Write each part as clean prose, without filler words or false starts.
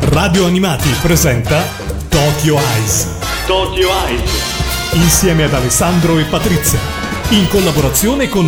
Radio Animati presenta Tokyo Eyes. Tokyo Eyes. Insieme ad Alessandro e Patrizia. In collaborazione con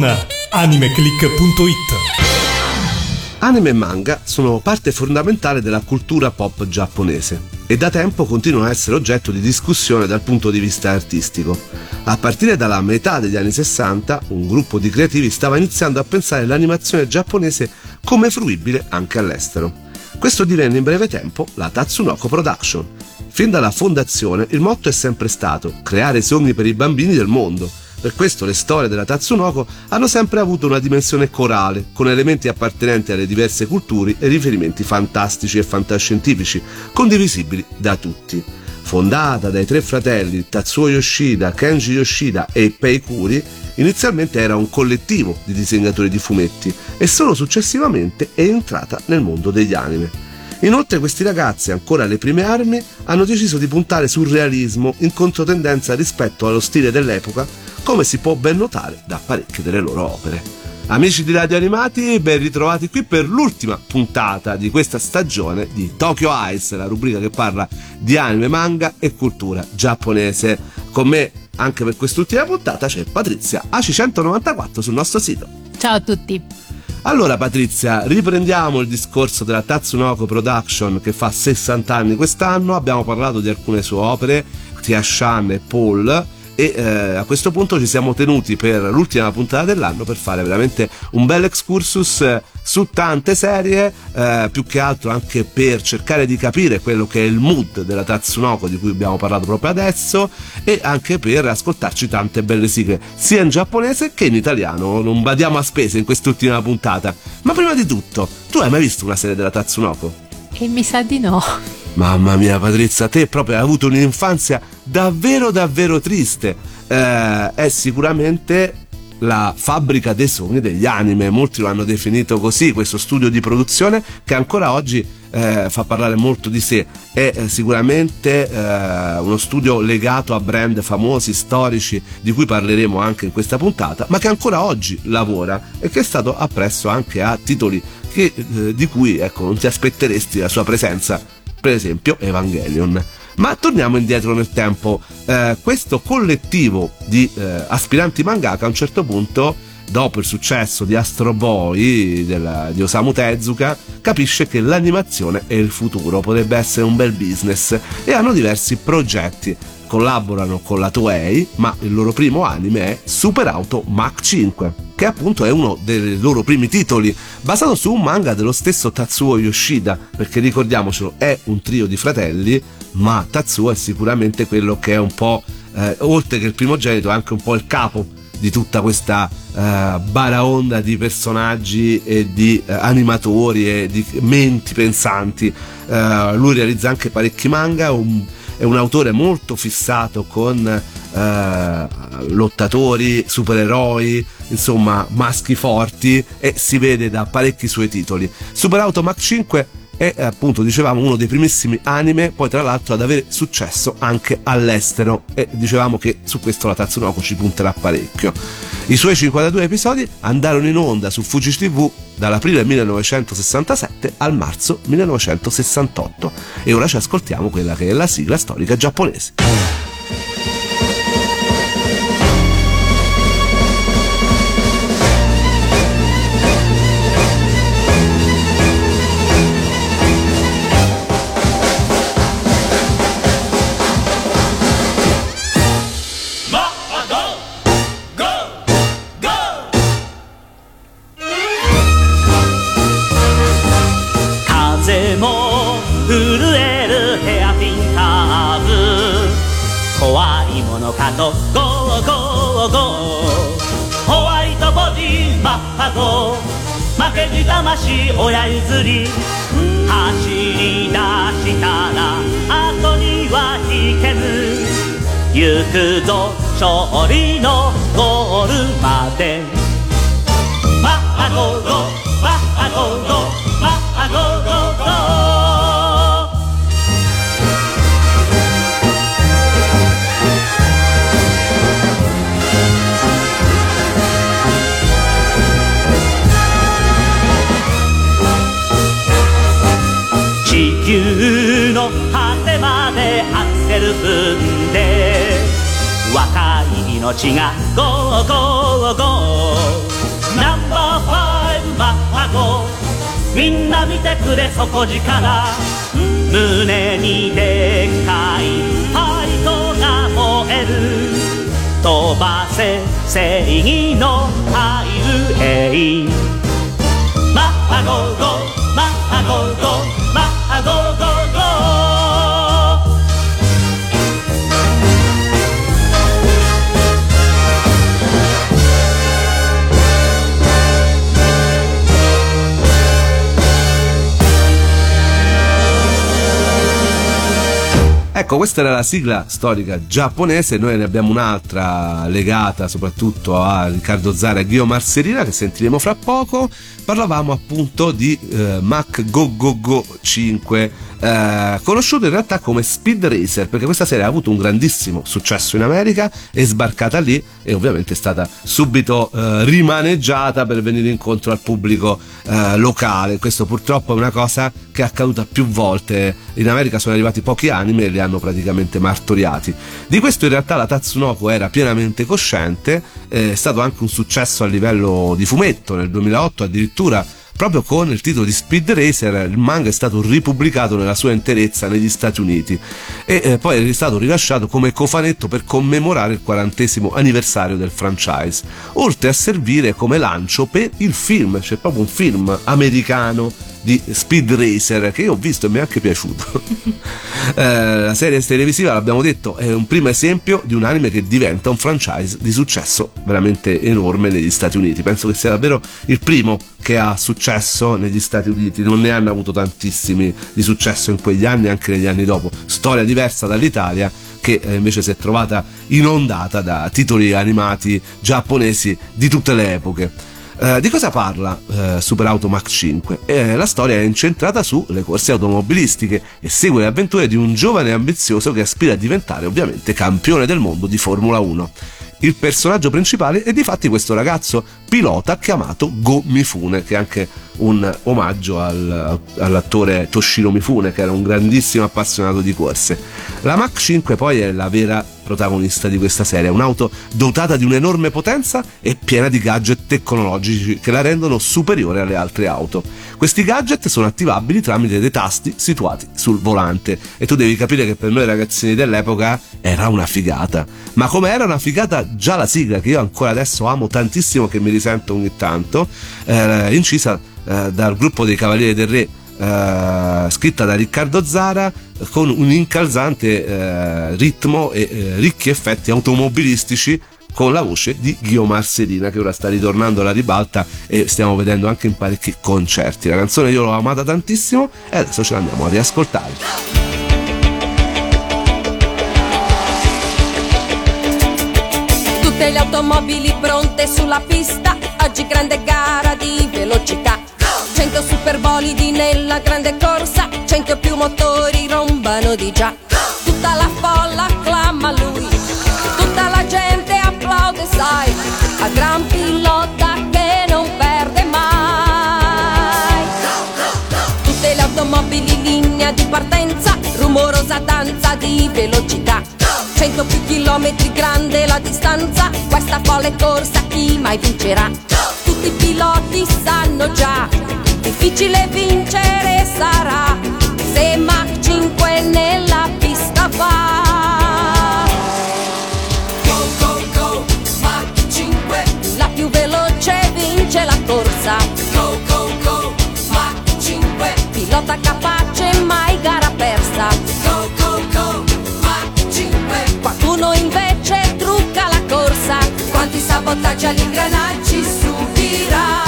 animeclick.it. Anime e manga sono parte fondamentale della cultura pop giapponese e da tempo continuano a essere oggetto di discussione dal punto di vista artistico. A partire dalla metà degli anni 60, un gruppo di creativi stava iniziando a pensare l'animazione giapponese come fruibile anche all'estero. Questo divenne in breve tempo la Tatsunoko Production. Fin dalla fondazione il motto è sempre stato creare sogni per i bambini del mondo. Per questo le storie della Tatsunoko hanno sempre avuto una dimensione corale, con elementi appartenenti alle diverse culture e riferimenti fantastici e fantascientifici, condivisibili da tutti. Fondata dai tre fratelli Tatsuo Yoshida, Kenji Yoshida e Ipei Kuri, inizialmente era un collettivo di disegnatori di fumetti e solo successivamente è entrata nel mondo degli anime. Inoltre questi ragazzi, ancora alle prime armi, hanno deciso di puntare sul realismo in controtendenza rispetto allo stile dell'epoca, come si può ben notare da parecchie delle loro opere. Amici di Radio Animati, ben ritrovati qui per l'ultima puntata di questa stagione di Tokyo Eyes, la rubrica che parla di anime, manga e cultura giapponese. Con me anche per quest'ultima puntata c'è Patrizia AC194 sul nostro sito. Ciao a tutti. Allora Patrizia, riprendiamo il discorso della Tatsunoko Production che fa 60 anni quest'anno. Abbiamo parlato di alcune sue opere, Tia-chan e Paul, e a questo punto ci siamo tenuti per l'ultima puntata dell'anno per fare veramente un bel excursus su tante serie, più che altro anche per cercare di capire quello che è il mood della Tatsunoko di cui abbiamo parlato proprio adesso, e anche per ascoltarci tante belle sigle sia in giapponese che in italiano. Non badiamo a spese in quest'ultima puntata. Ma prima di tutto, tu hai mai visto una serie della Tatsunoko? E mi sa di no. Mamma mia Patrizia, te proprio hai avuto un'infanzia davvero davvero triste. È sicuramente la fabbrica dei sogni degli anime, molti lo hanno definito così, questo studio di produzione che ancora oggi fa parlare molto di sé. È sicuramente uno studio legato a brand famosi, storici, di cui parleremo anche in questa puntata, ma che ancora oggi lavora e che è stato appresso anche a titoli di cui non ti aspetteresti la sua presenza, per esempio Evangelion. Ma torniamo indietro nel tempo. Questo collettivo di aspiranti mangaka a un certo punto, dopo il successo di Astro Boy di Osamu Tezuka, capisce che l'animazione è il futuro, potrebbe essere un bel business, e hanno diversi progetti. Collaborano con la Toei, ma il loro primo anime è Super Auto Mach 5, che appunto è uno dei loro primi titoli, basato su un manga dello stesso Tatsuo Yoshida, perché ricordiamocelo, è un trio di fratelli, ma Tatsuo è sicuramente quello che è un po', oltre che il primogenito, è anche un po' il capo di tutta questa baraonda di personaggi e di animatori e di menti pensanti. Lui realizza anche parecchi manga, è un autore molto fissato con lottatori, supereroi, insomma maschi forti, e si vede da parecchi suoi titoli. Super Auto Mach 5 è appunto, dicevamo, uno dei primissimi anime, poi tra l'altro ad avere successo anche all'estero, e dicevamo che su questo la Tatsunoko ci punterà parecchio. I suoi 52 episodi andarono in onda su Fuji TV dall'aprile 1967 al marzo 1968, e ora ci ascoltiamo quella che è la sigla storica giapponese. とゴーゴーゴーホワイトボディマッハゴー負けじ魂親譲り走り出したら後には引けず行くぞ勝利のゴールまでマッハゴーゴーマッハゴーゴーマッハゴーゴーゴー地球踏んで若い命がゴーゴーゴーナンバーファイブマッハ号みんな見てくれ底力胸にでっかいファイトが燃える飛ばせ正義のハイウェイマッハゴーゴーマッハゴーゴーマッハゴーゴーゴー Ecco, questa era la sigla storica giapponese, noi ne abbiamo un'altra legata soprattutto a Riccardo Zara e Ghio Marserina che sentiremo fra poco. Parlavamo appunto di Mach Go Go Go 5, conosciuto in realtà come Speed Racer, perché questa serie ha avuto un grandissimo successo in America, è sbarcata lì e ovviamente è stata subito rimaneggiata per venire incontro al pubblico locale. Questo purtroppo è una cosa che è accaduta più volte. In America sono arrivati pochi anime e li hanno praticamente martoriati. Di questo in realtà la Tatsunoko era pienamente cosciente, è stato anche un successo a livello di fumetto nel 2008, addirittura proprio con il titolo di Speed Racer il manga è stato ripubblicato nella sua interezza negli Stati Uniti e poi è stato rilasciato come cofanetto per commemorare il 40° anniversario del franchise, oltre a servire come lancio per il film. C'è proprio un film americano di Speed Racer che io ho visto e mi è anche piaciuto. La serie televisiva, l'abbiamo detto, è un primo esempio di un anime che diventa un franchise di successo veramente enorme negli Stati Uniti. Penso che sia davvero il primo che ha successo negli Stati Uniti, non ne hanno avuto tantissimi di successo in quegli anni, anche negli anni dopo. Storia diversa dall'Italia, che invece si è trovata inondata da titoli animati giapponesi di tutte le epoche. Di cosa parla Super Auto Mach 5? La storia è incentrata sulle corse automobilistiche e segue le avventure di un giovane ambizioso che aspira a diventare ovviamente campione del mondo di Formula 1. Il personaggio principale è difatti questo ragazzo pilota chiamato Go Mifune, che è anche un omaggio all'attore Toshiro Mifune, che era un grandissimo appassionato di corse. La Mach 5 poi è la vera protagonista di questa serie, un'auto dotata di un'enorme potenza e piena di gadget tecnologici che la rendono superiore alle altre auto. Questi gadget sono attivabili tramite dei tasti situati sul volante e tu devi capire che per noi ragazzini dell'epoca era una figata, ma come era una figata già la sigla, che io ancora adesso amo tantissimo, che mi risento ogni tanto, incisa dal gruppo dei Cavalieri del Re, scritta da Riccardo Zara, con un incalzante ritmo e ricchi effetti automobilistici, con la voce di Ghio Marserina, che ora sta ritornando alla ribalta e stiamo vedendo anche in parecchi concerti. La canzone io l'ho amata tantissimo e adesso ce l'andiamo a riascoltare. Tutte le automobili pronte sulla pista, oggi grande gara di velocità. 100 superbolidi nella grande corsa, 100 più motori rombano di già. Tutta la folla acclama lui, tutta la gente applaude, sai, a gran pilota che non perde mai. Tutte le automobili in linea di partenza, rumorosa danza di velocità. 100 più chilometri, grande la distanza, questa folle corsa chi mai vincerà? Tutti i piloti sanno già, difficile vincere sarà, se Mach 5 nella pista va. Go, go, go, Mach 5, la più veloce vince la corsa. Go, go, go, Mach 5, pilota capace, mai gara persa. Go, go, go, Mach 5, qualcuno invece trucca la corsa, quanti sabotaggi agli ingranaggi subirà.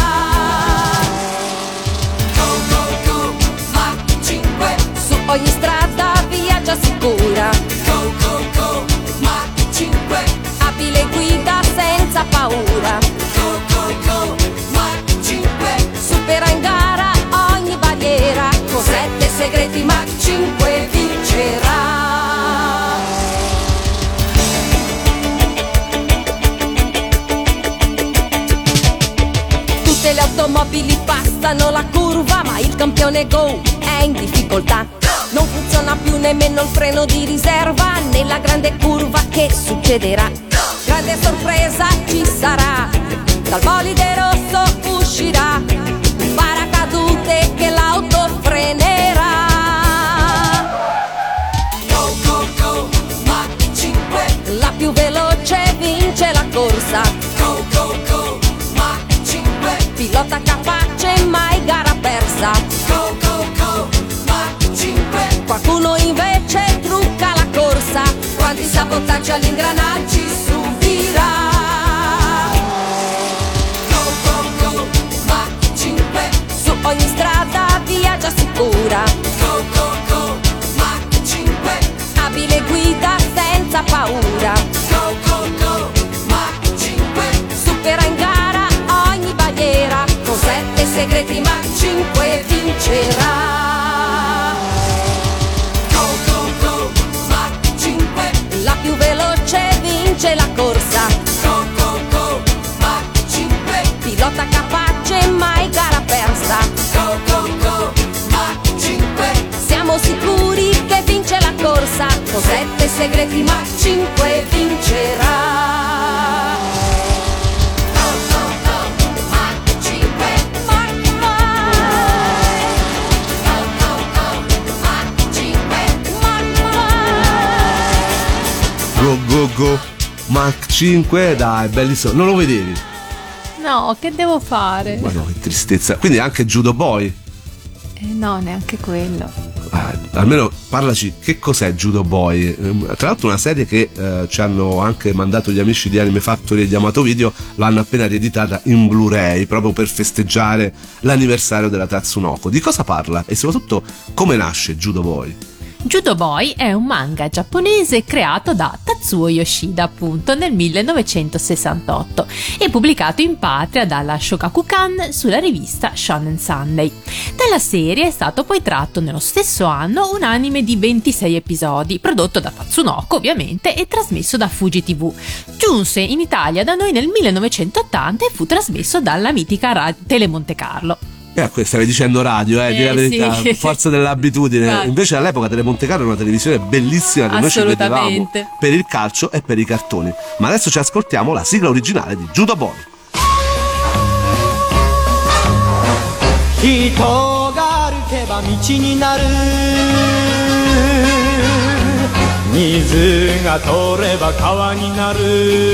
Ogni strada viaggia sicura. Go, go, go, Mach 5, abile guida senza paura. Go, go, go, Mach 5, supera in gara ogni barriera. Con 7 segreti Mach 5 vincerà. Tutte le automobili passano la curva, ma il campione Go è in difficoltà. Non funziona più nemmeno il freno di riserva. Nella grande curva che succederà? Grande sorpresa ci sarà. Dal bolide rosso uscirà un paracadute che l'auto frenerà. Go, go, go, Mach 5. La più veloce vince la corsa. Go, go, go, Mach 5. Pilota capace, mai gara persa. Go, go, go, Mach 5. Qualcuno invece trucca la corsa. Quanti sabotaggi agli ingranaggi subirà. Ogni strada viaggia sicura. Go, go, go, Mach 5. Abile guida senza paura. Go, go, go, Mach 5. Supera in gara ogni barriera. Con 7 segreti Mach 5 vincerà. Go, go, go, Mach 5. La più veloce vince la corsa. Go, go, go, Mach 5. Pilota capace, mai gara persa. Go, go, go, Mach 5. Siamo sicuri che vince la corsa. Con 7 segreti Mach 5 vincerà. Go, go, go, Mach 5. Mach 5. Go, go, go, Mach 5. Mach 5. Go go go Mach 5, dai, bellissimo. Non lo vedevi? No, che devo fare? Ma no, che tristezza. Quindi anche Judo Boy? No, neanche quello. Almeno parlaci, che cos'è Judo Boy? Tra l'altro una serie che ci hanno anche mandato gli amici di Anime Factory e di Amato Video, l'hanno appena rieditata in Blu-ray proprio per festeggiare l'anniversario della Tatsunoko. Di cosa parla? E soprattutto come nasce Judo Boy? Judo Boy è un manga giapponese creato da Tatsuo Yoshida appunto nel 1968 e pubblicato in patria dalla Shogakukan sulla rivista Shonen Sunday. Dalla serie è stato poi tratto nello stesso anno un anime di 26 episodi, prodotto da Tatsunoko ovviamente e trasmesso da Fuji TV. Giunse in Italia da noi nel 1980 e fu trasmesso dalla mitica Tele Monte Carlo. Stavi dicendo radio, di la verità, sì. Forza dell'abitudine. Infatti. Invece all'epoca Tele Monte Carlo era una televisione bellissima che noi ci vedevamo per il calcio e per i cartoni. Ma adesso ci ascoltiamo la sigla originale di Judo Boy. 人が歩けば道になる水が通れば川になる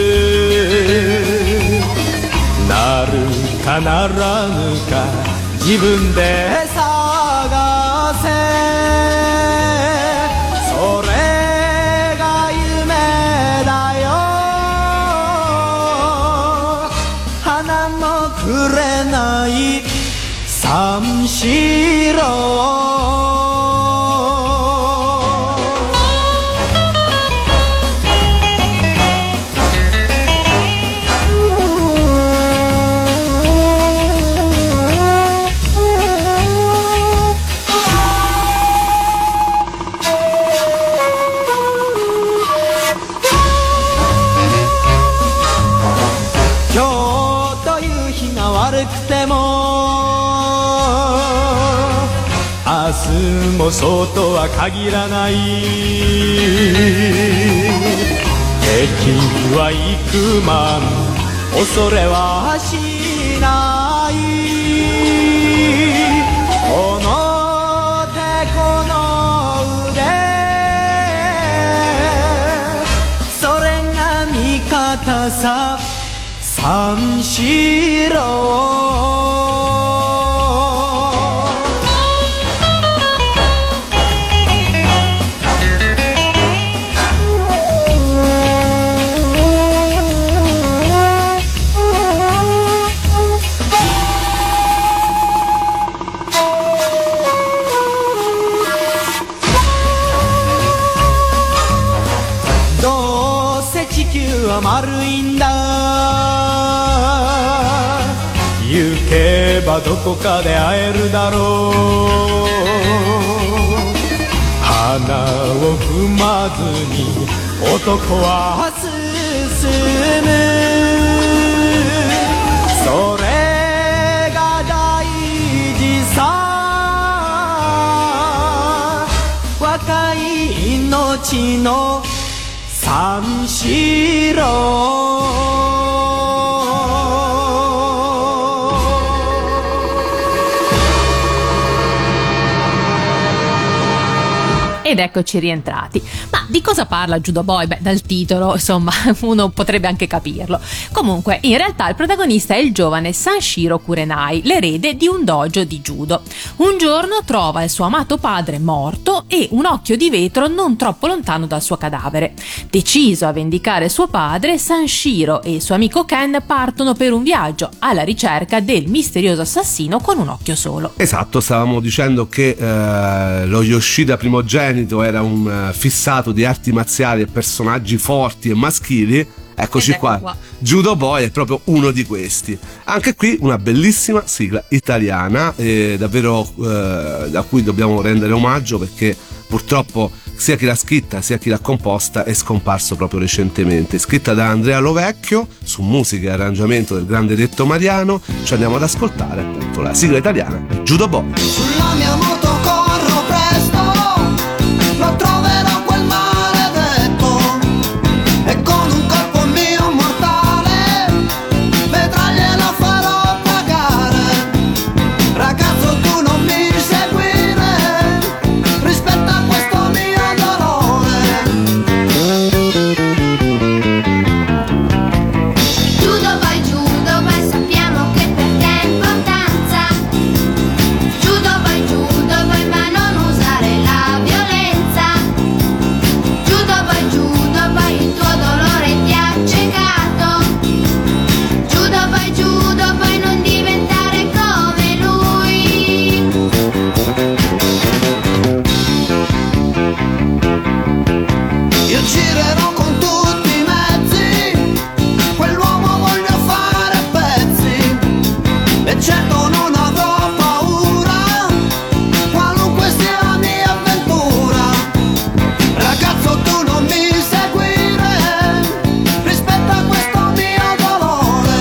なるかならぬか自分で探せそれが夢だよ花もくれない三四郎もそうとは限らない敵は幾万恐れはしないこの手この腕それが味方さ三四郎丸いんだ行けばどこかで会えるだろう花を踏まずに男は進むそれが大事さちの三四郎 Ed eccoci rientrati. Ma di cosa parla Judo Boy? Beh, dal titolo, insomma, uno potrebbe anche capirlo. Comunque, in realtà il protagonista è il giovane Sanshiro Kurenai, l'erede di un dojo di judo. Un giorno trova il suo amato padre morto e un occhio di vetro non troppo lontano dal suo cadavere. Deciso a vendicare suo padre, Sanshiro e il suo amico Ken partono per un viaggio alla ricerca del misterioso assassino con un occhio solo. Esatto, stavamo dicendo che lo Yoshida primogenito era un fissato di arti marziali e personaggi forti e maschili. Eccoci qua. Judo Boy è proprio uno di questi. Anche qui una bellissima sigla italiana, davvero da cui dobbiamo rendere omaggio, perché purtroppo sia chi l'ha scritta sia chi l'ha composta è scomparso proprio recentemente. Scritta da Andrea Lovecchio, su musica e arrangiamento del grande Detto Mariano. Ci andiamo ad ascoltare appunto la sigla italiana Judo Boy. Sulla mia moto corro presto, lo troverò quel maledetto, e con un colpo mio mortale vedrà gliela farò pagare. Ragazzo, tu non mi seguire, rispetta questo mio dolore. Judo Boy, sappiamo che per te è importanza. Judo Boy, ma non usare la violenza. Judo Boy, il tuo dolore ti ha accecato. Judo Boy, non diventare come lui. Io girerò con tutti i mezzi, quell'uomo voglio fare a pezzi, e certo non avrò paura, qualunque sia la mia avventura. Ragazzo, tu non mi seguire, rispetta questo mio dolore.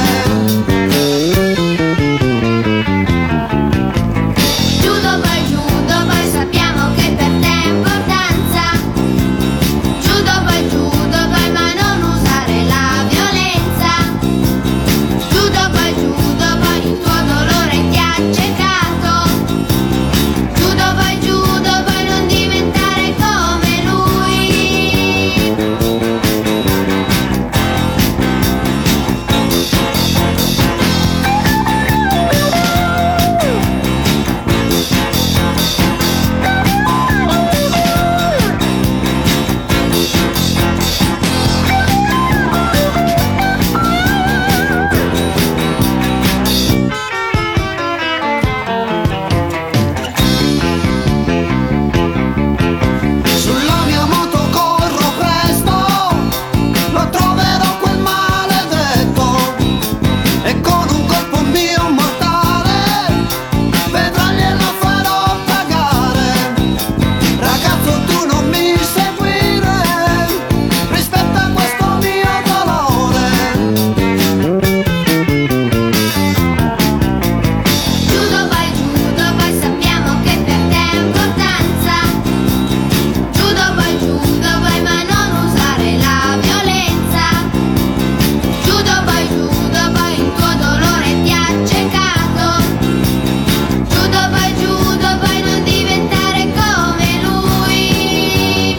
Judo Boy, sappiamo che per te è importanza. Judo Boy, ma non usare la violenza. Judo Boy, il tuo dolore ti ha accecato. Judo Boy, non diventare come lui. Sulla mia moto corro presto, lo troverò quel maledetto, e con un colpo mio mortale vedrà gliela farò pagare. Ragazzo, tu non mi seguire, rispetta questo mio dolore. Judo Boy, sappiamo che per te è importanza. Judo Boy, ma non usare la violenza. Judo Boy, il tuo dolore ti ha accecato. Judo Boy, non diventare come lui.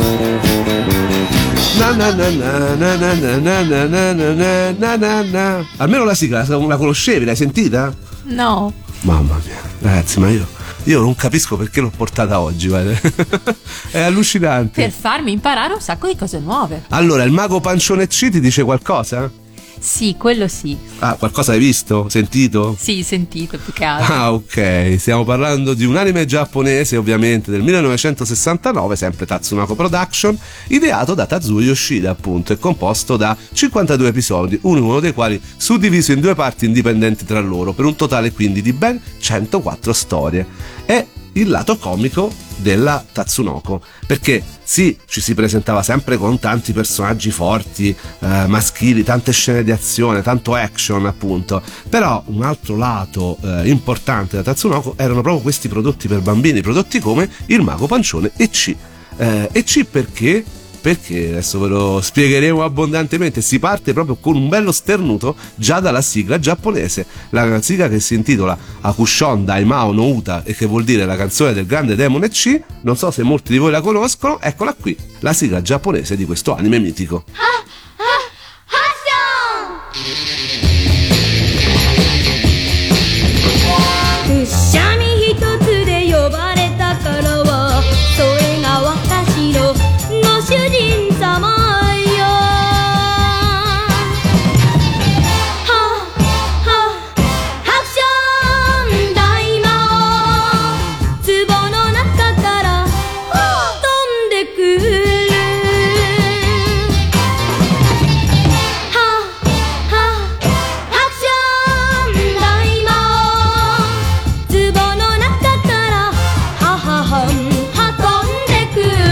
Na na na na na na na na na na na na na. Almeno la sigla la conoscevi, l'hai sentita? No. Mamma mia, ragazzi, ma io non capisco perché l'ho portata oggi, guarda. È allucinante. Per farmi imparare un sacco di cose nuove. Allora, il mago Pancione C ti dice qualcosa? Sì, quello sì. Ah, qualcosa hai visto? Sentito? Sì, sentito più che altro. Ah, ok, stiamo parlando di un anime giapponese, ovviamente del 1969, sempre Tatsunoko Production, ideato da Tatsuo Yoshida, appunto, e composto da 52 episodi, uno dei quali suddiviso in due parti indipendenti tra loro, per un totale quindi di ben 104 storie. È il lato comico della Tatsunoko, perché sì, ci si presentava sempre con tanti personaggi forti, maschili, tante scene di azione, tanto action appunto, però un altro lato importante della Tatsunoko erano proprio questi prodotti per bambini, prodotti come il Mago Pancione e C. E C perché? Perché adesso ve lo spiegheremo abbondantemente. Si parte proprio con un bello sternuto già dalla sigla giapponese, la sigla che si intitola Hakushon Daimao no Uta, e che vuol dire la canzone del grande demone C. Non so se molti di voi la conoscono, eccola qui, la sigla giapponese di questo anime mitico. くしゃみ一つで呼ばれたからはそれが私のご主人様よははハクション大魔王壺の中から飛んでくるははハクション大魔王壺の中からはははん運んでくる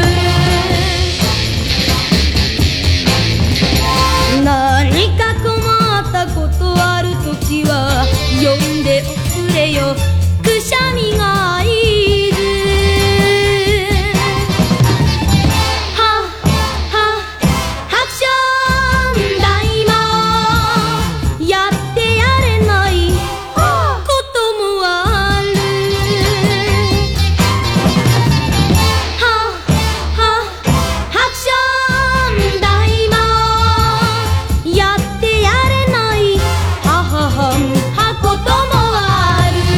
何か困ったことあるときは呼んでおくれよくしゃみがいるははハクション大魔王やってやれないこともあるははハクション大魔王やってやれないはははんはこともある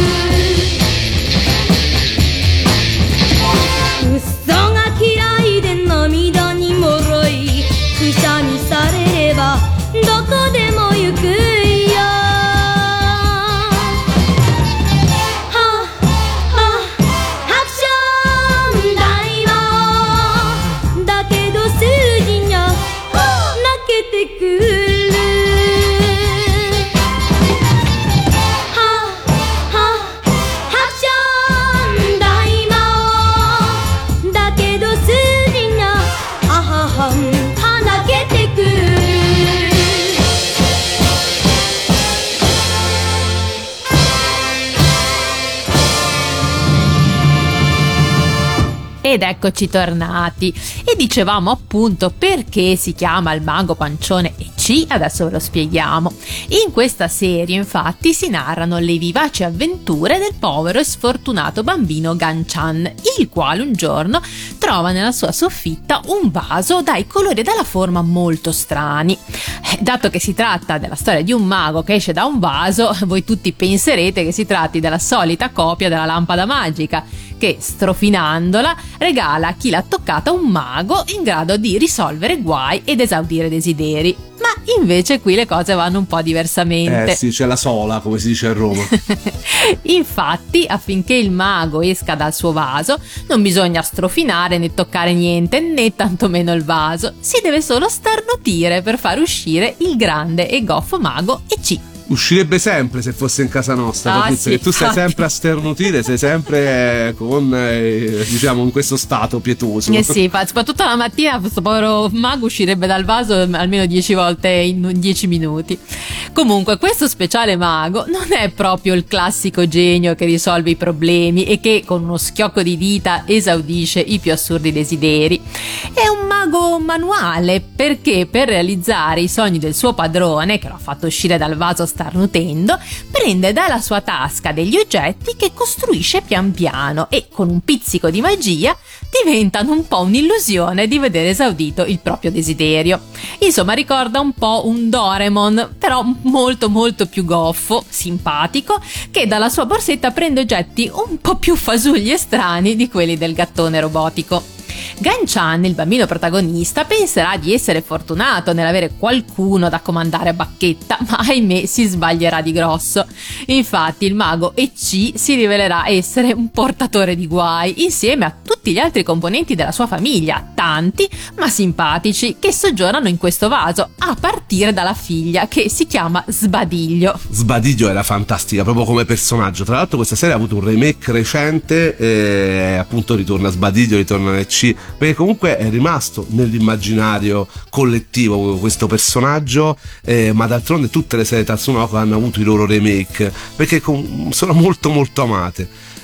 嘘が嫌いで涙にもろいくしゃみされればどこでも行くよははハクション大魔王だけど数字にゃ泣けてくるははハクション大魔王だけど数字にゃあははんは泣けてくる Ed eccoci tornati. E dicevamo appunto perché si chiama il mago pancione e C, adesso ve lo spieghiamo. In questa serie infatti si narrano le vivaci avventure del povero e sfortunato bambino Ganchan, il quale un giorno trova nella sua soffitta un vaso dai colori e dalla forma molto strani. Dato che si tratta della storia di un mago che esce da un vaso, voi tutti penserete che si tratti della solita copia della lampada magica, che strofinandola regala a chi l'ha toccata un mago in grado di risolvere guai ed esaudire desideri. Ma invece qui le cose vanno un po' diversamente. Sì, c'è la sola, come si dice a Roma. Infatti, affinché il mago esca dal suo vaso, non bisogna strofinare né toccare niente, né tantomeno il vaso. Si deve solo starnutire per far uscire il grande e goffo mago EC. Uscirebbe sempre se fosse in casa nostra, Patrizia, sì, che tu stai infatti. sempre a sternutire, sei sempre con, diciamo, in questo stato pietoso. Sì, soprattutto la mattina questo povero mago uscirebbe dal vaso almeno 10 volte in 10 minuti. Comunque questo speciale mago non è proprio il classico genio che risolve i problemi e che con uno schiocco di dita esaudisce i più assurdi desideri. È un mago manuale, perché per realizzare i sogni del suo padrone, che lo ha fatto uscire dal vaso starnutendo, prende dalla sua tasca degli oggetti che costruisce pian piano e con un pizzico di magia diventano un po' un'illusione di vedere esaudito il proprio desiderio. Insomma, ricorda un po' un Doraemon, però molto molto più goffo, simpatico, che dalla sua borsetta prende oggetti un po' più fasulli e strani di quelli del gattone robotico. Ganchan, il bambino protagonista, penserà di essere fortunato nell'avere qualcuno da comandare a bacchetta, ma ahimè si sbaglierà di grosso. Infatti il mago EC si rivelerà essere un portatore di guai insieme a tutti gli altri componenti della sua famiglia, tanti ma simpatici, che soggiornano in questo vaso, a partire dalla figlia, che si chiama Sbadiglio. Sbadiglio era fantastica proprio come personaggio. Tra l'altro questa serie ha avuto un remake recente e appunto ritorna Sbadiglio, ritorna EC, perché comunque è rimasto nell'immaginario collettivo questo personaggio, ma d'altronde tutte le serie Tatsunoko hanno avuto i loro remake perché sono molto molto amate.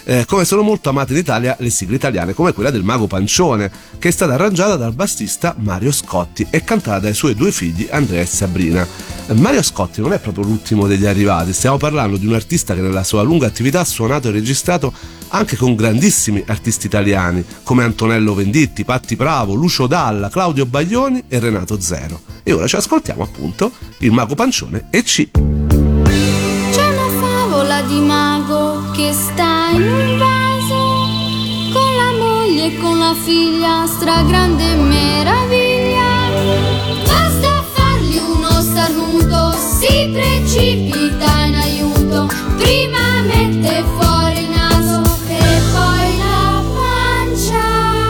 come sono molto amate in Italia le sigle italiane, come quella del Mago Pancione, che è stata arrangiata dal bassista Mario Scotti e cantata dai suoi due figli Andrea e Sabrina. Mario Scotti non è proprio l'ultimo degli arrivati, stiamo parlando di un artista che nella sua lunga attività ha suonato e registrato anche con grandissimi artisti italiani come Antonello Venditti, Patti Bravo, Lucio Dalla, Claudio Baglioni e Renato Zero. E ora ci ascoltiamo appunto il Mago Pancione e C. C'è una favola di mago che sta in un vaso con la moglie e con la figlia, stragrande meraviglia. Basta fargli uno starnuto, si precipita in aiuto. Prima mette fuori il naso e poi la pancia.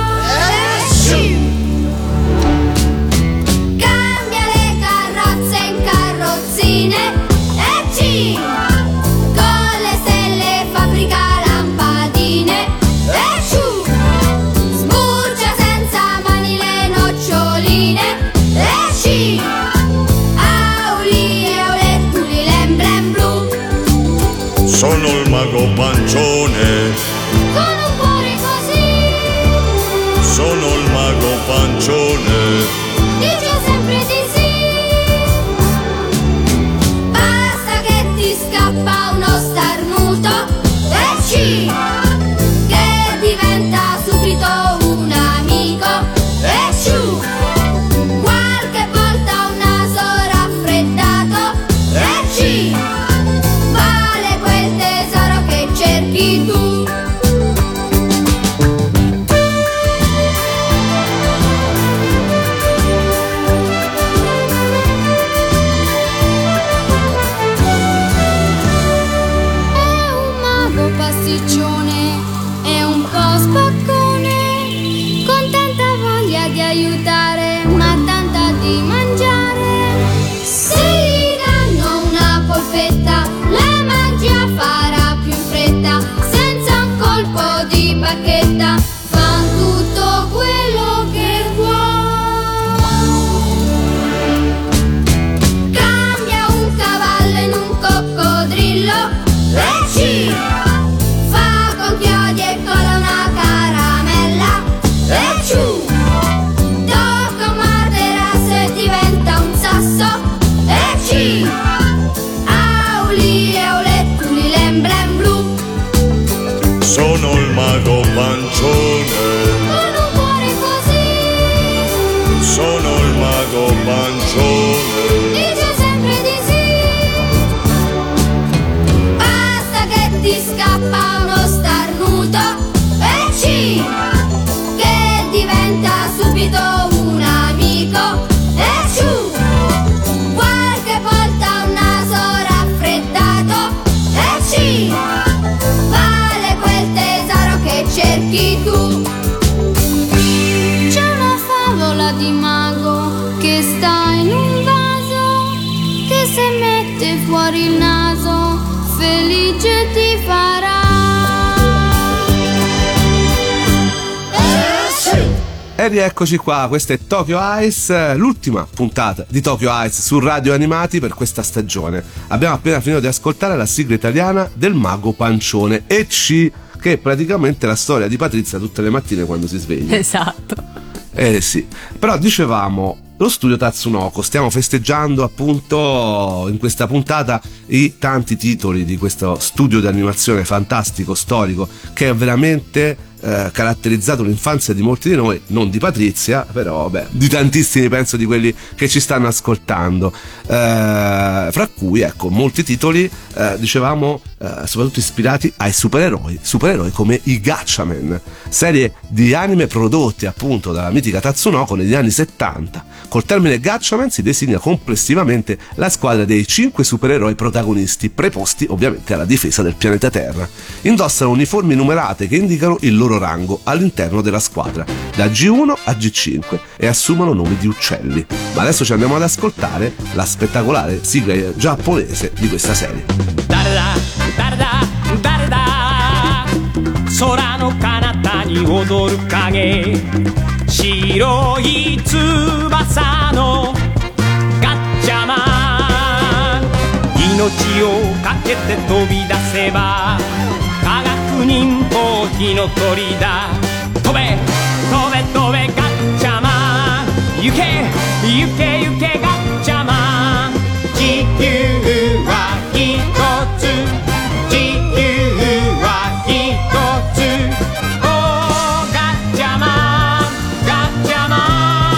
Cambia le carrozze in carrozzine. Con le stelle fabbrica lampadine. Sbuccia senza mani le noccioline. Auli e aulettuli l'emblem blu. Sono il Mago Pancione. Con un cuore così. Sono il Mago Pancione. Dice sempre di sì. Basta che ti scappa uno starnuto. Che diventa subito un amico. Qualche volta un naso raffreddato. Vale quel tesoro che cerchi tu. Pasticcione, è un po' spaccone, con tanta voglia di aiutare, ma tanta di mangiare. Se gli danno una polpetta, la magia farà più in fretta, senza un colpo di bacchetta, fa tutto quello che vuole. Cambia un cavallo in un coccodrillo. Fa con chiodi e cola una caramella. Tocca un materasso e diventa un sasso. Auli e aulettuli l'emblem blu. Sono il Mago Pancione. Con un cuore così. Sono il Mago Pancione. Dice sempre di sì. Basta che ti scappa uno starnuto. Che diventa subito un amico. Qualche volta un naso raffreddato. Vale quel tesoro che cerchi tu. C'è una favola di mago che sta in un vaso, che se mette fuori il naso felice ti farà. E rieccoci qua, questa è Tokyo Ice, l'ultima puntata di Tokyo Ice su Radio Animati per questa stagione. Abbiamo appena finito di ascoltare la sigla italiana del Mago Pancione e C, che è praticamente la storia di Patrizia tutte le mattine quando si sveglia. Esatto. Sì, però dicevamo lo studio Tatsunoko, stiamo festeggiando appunto in questa puntata i tanti titoli di questo studio di animazione fantastico, storico, che è veramente caratterizzato l'infanzia di molti di noi, non di Patrizia, però di tantissimi, penso, di quelli che ci stanno ascoltando, fra cui ecco molti titoli dicevamo soprattutto ispirati ai supereroi come i Gatchaman, serie di anime prodotti appunto dalla mitica Tatsunoko negli anni 70. Col termine Gatchaman si designa complessivamente la squadra dei 5 supereroi protagonisti preposti ovviamente alla difesa del pianeta Terra. Indossano uniformi numerate che indicano il loro rango all'interno della squadra, da G1 a G5, e assumono nomi di uccelli. Ma adesso ci andiamo ad ascoltare la spettacolare sigla giapponese di questa serie. Sora no kanata ni odoru kage, shiroi tsubasa no Gatchaman. Inochi o kakete tobidaseba, kagaku 人頭火の鳥だ飛べ飛べ飛べガッチャマン行け行け行けガッチャマン地球は一つ地球は一つおーガッチャマンガッチャマ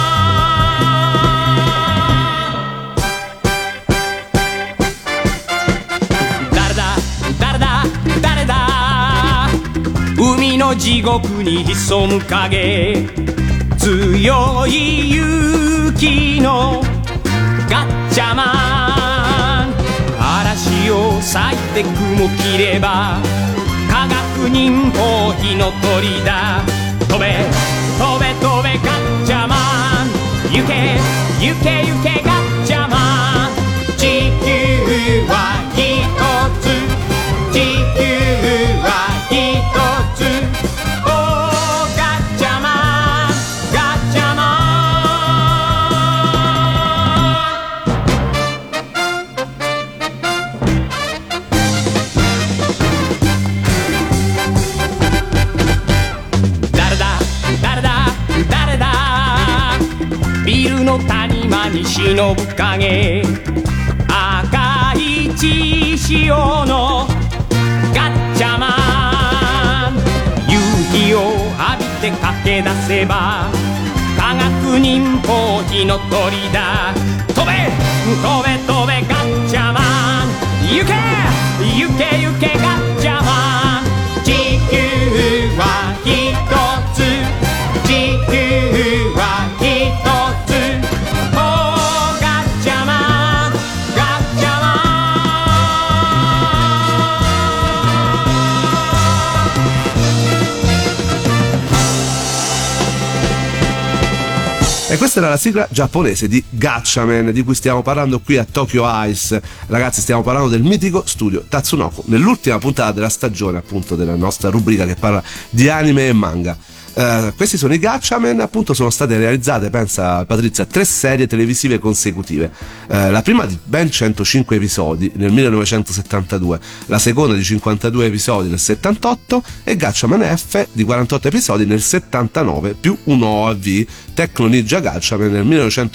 ン誰だ誰だ誰だ海の地獄に潜む影強い勇気のガッチャマン嵐を裂いて雲切れば科学忍法火の鳥だ飛べ飛べ飛べガッチャマン行け行け行けガッチャマン地球は一つ地球は一つおーガッチャマンガッチャマン誰だ誰だ誰だビルの谷間に忍ぶ影赤い血潮のガッチャマン夕日を浴びて駆け出せば科学忍法火の鳥だ飛べ飛べ飛べガッチャマン行け行け行けガッチャマン地球は一つ地球は一つおーガッチャマンガッチャマ E questa era la sigla giapponese di Gatchaman, di cui stiamo parlando qui a Tokyo Ice. Ragazzi, stiamo parlando del mitico studio Tatsunoko, nell'ultima puntata della stagione, appunto, della nostra rubrica che parla di anime e manga. Questi sono i Gatchaman, appunto, sono state realizzate, pensa Patrizia, 3 serie televisive consecutive. La prima di ben 105 episodi nel 1972, la seconda di 52 episodi nel 78 e Gatchaman F di 48 episodi nel 79, più un OAV, Tecno Ninja Gatchaman nel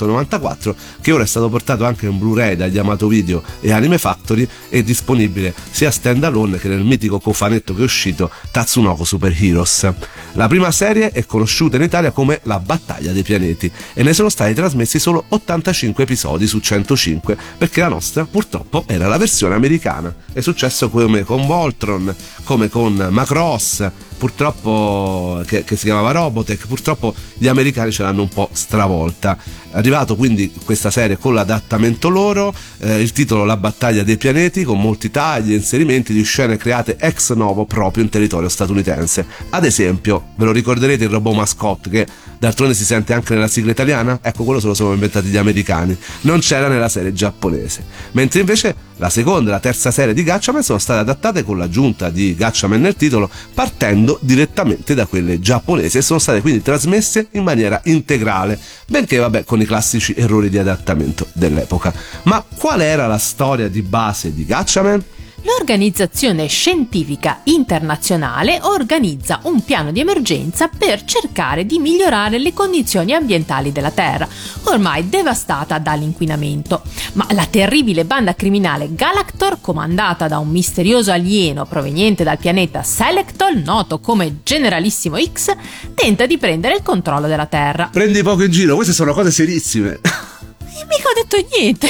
1994, che ora è stato portato anche in Blu-ray da Yamato Video e Anime Factory, e disponibile sia stand alone che nel mitico cofanetto che è uscito, Tatsunoko Super Heroes. La prima serie è conosciuta in Italia come La Battaglia dei Pianeti e ne sono stati trasmessi solo 85 episodi su 105, perché la nostra purtroppo era la versione americana. È successo come con Voltron, come con Macross, purtroppo, che si chiamava Robotech, purtroppo gli americani ce l'hanno un po' stravolta. È arrivato quindi questa serie con l'adattamento loro, il titolo La Battaglia dei Pianeti, con molti tagli e inserimenti di scene create ex novo proprio in territorio statunitense. Ad esempio, ve lo ricorderete il robot mascotte che d'altronde si sente anche nella sigla italiana? Ecco, quello se lo sono inventati gli americani, non c'era nella serie giapponese. Mentre invece la seconda e la terza serie di Gatchaman sono state adattate con l'aggiunta di Gatchaman nel titolo, partendo direttamente da quelle giapponesi, e sono state quindi trasmesse in maniera integrale, benché vabbè con i classici errori di adattamento dell'epoca. Ma qual era la storia di base di Gatchaman? L'Organizzazione Scientifica Internazionale organizza un piano di emergenza per cercare di migliorare le condizioni ambientali della Terra, ormai devastata dall'inquinamento. Ma la terribile banda criminale Galactor, comandata da un misterioso alieno proveniente dal pianeta Selectol, noto come Generalissimo X, tenta di prendere il controllo della Terra. Prendi poco in giro, queste sono cose serissime. Mica ho detto niente.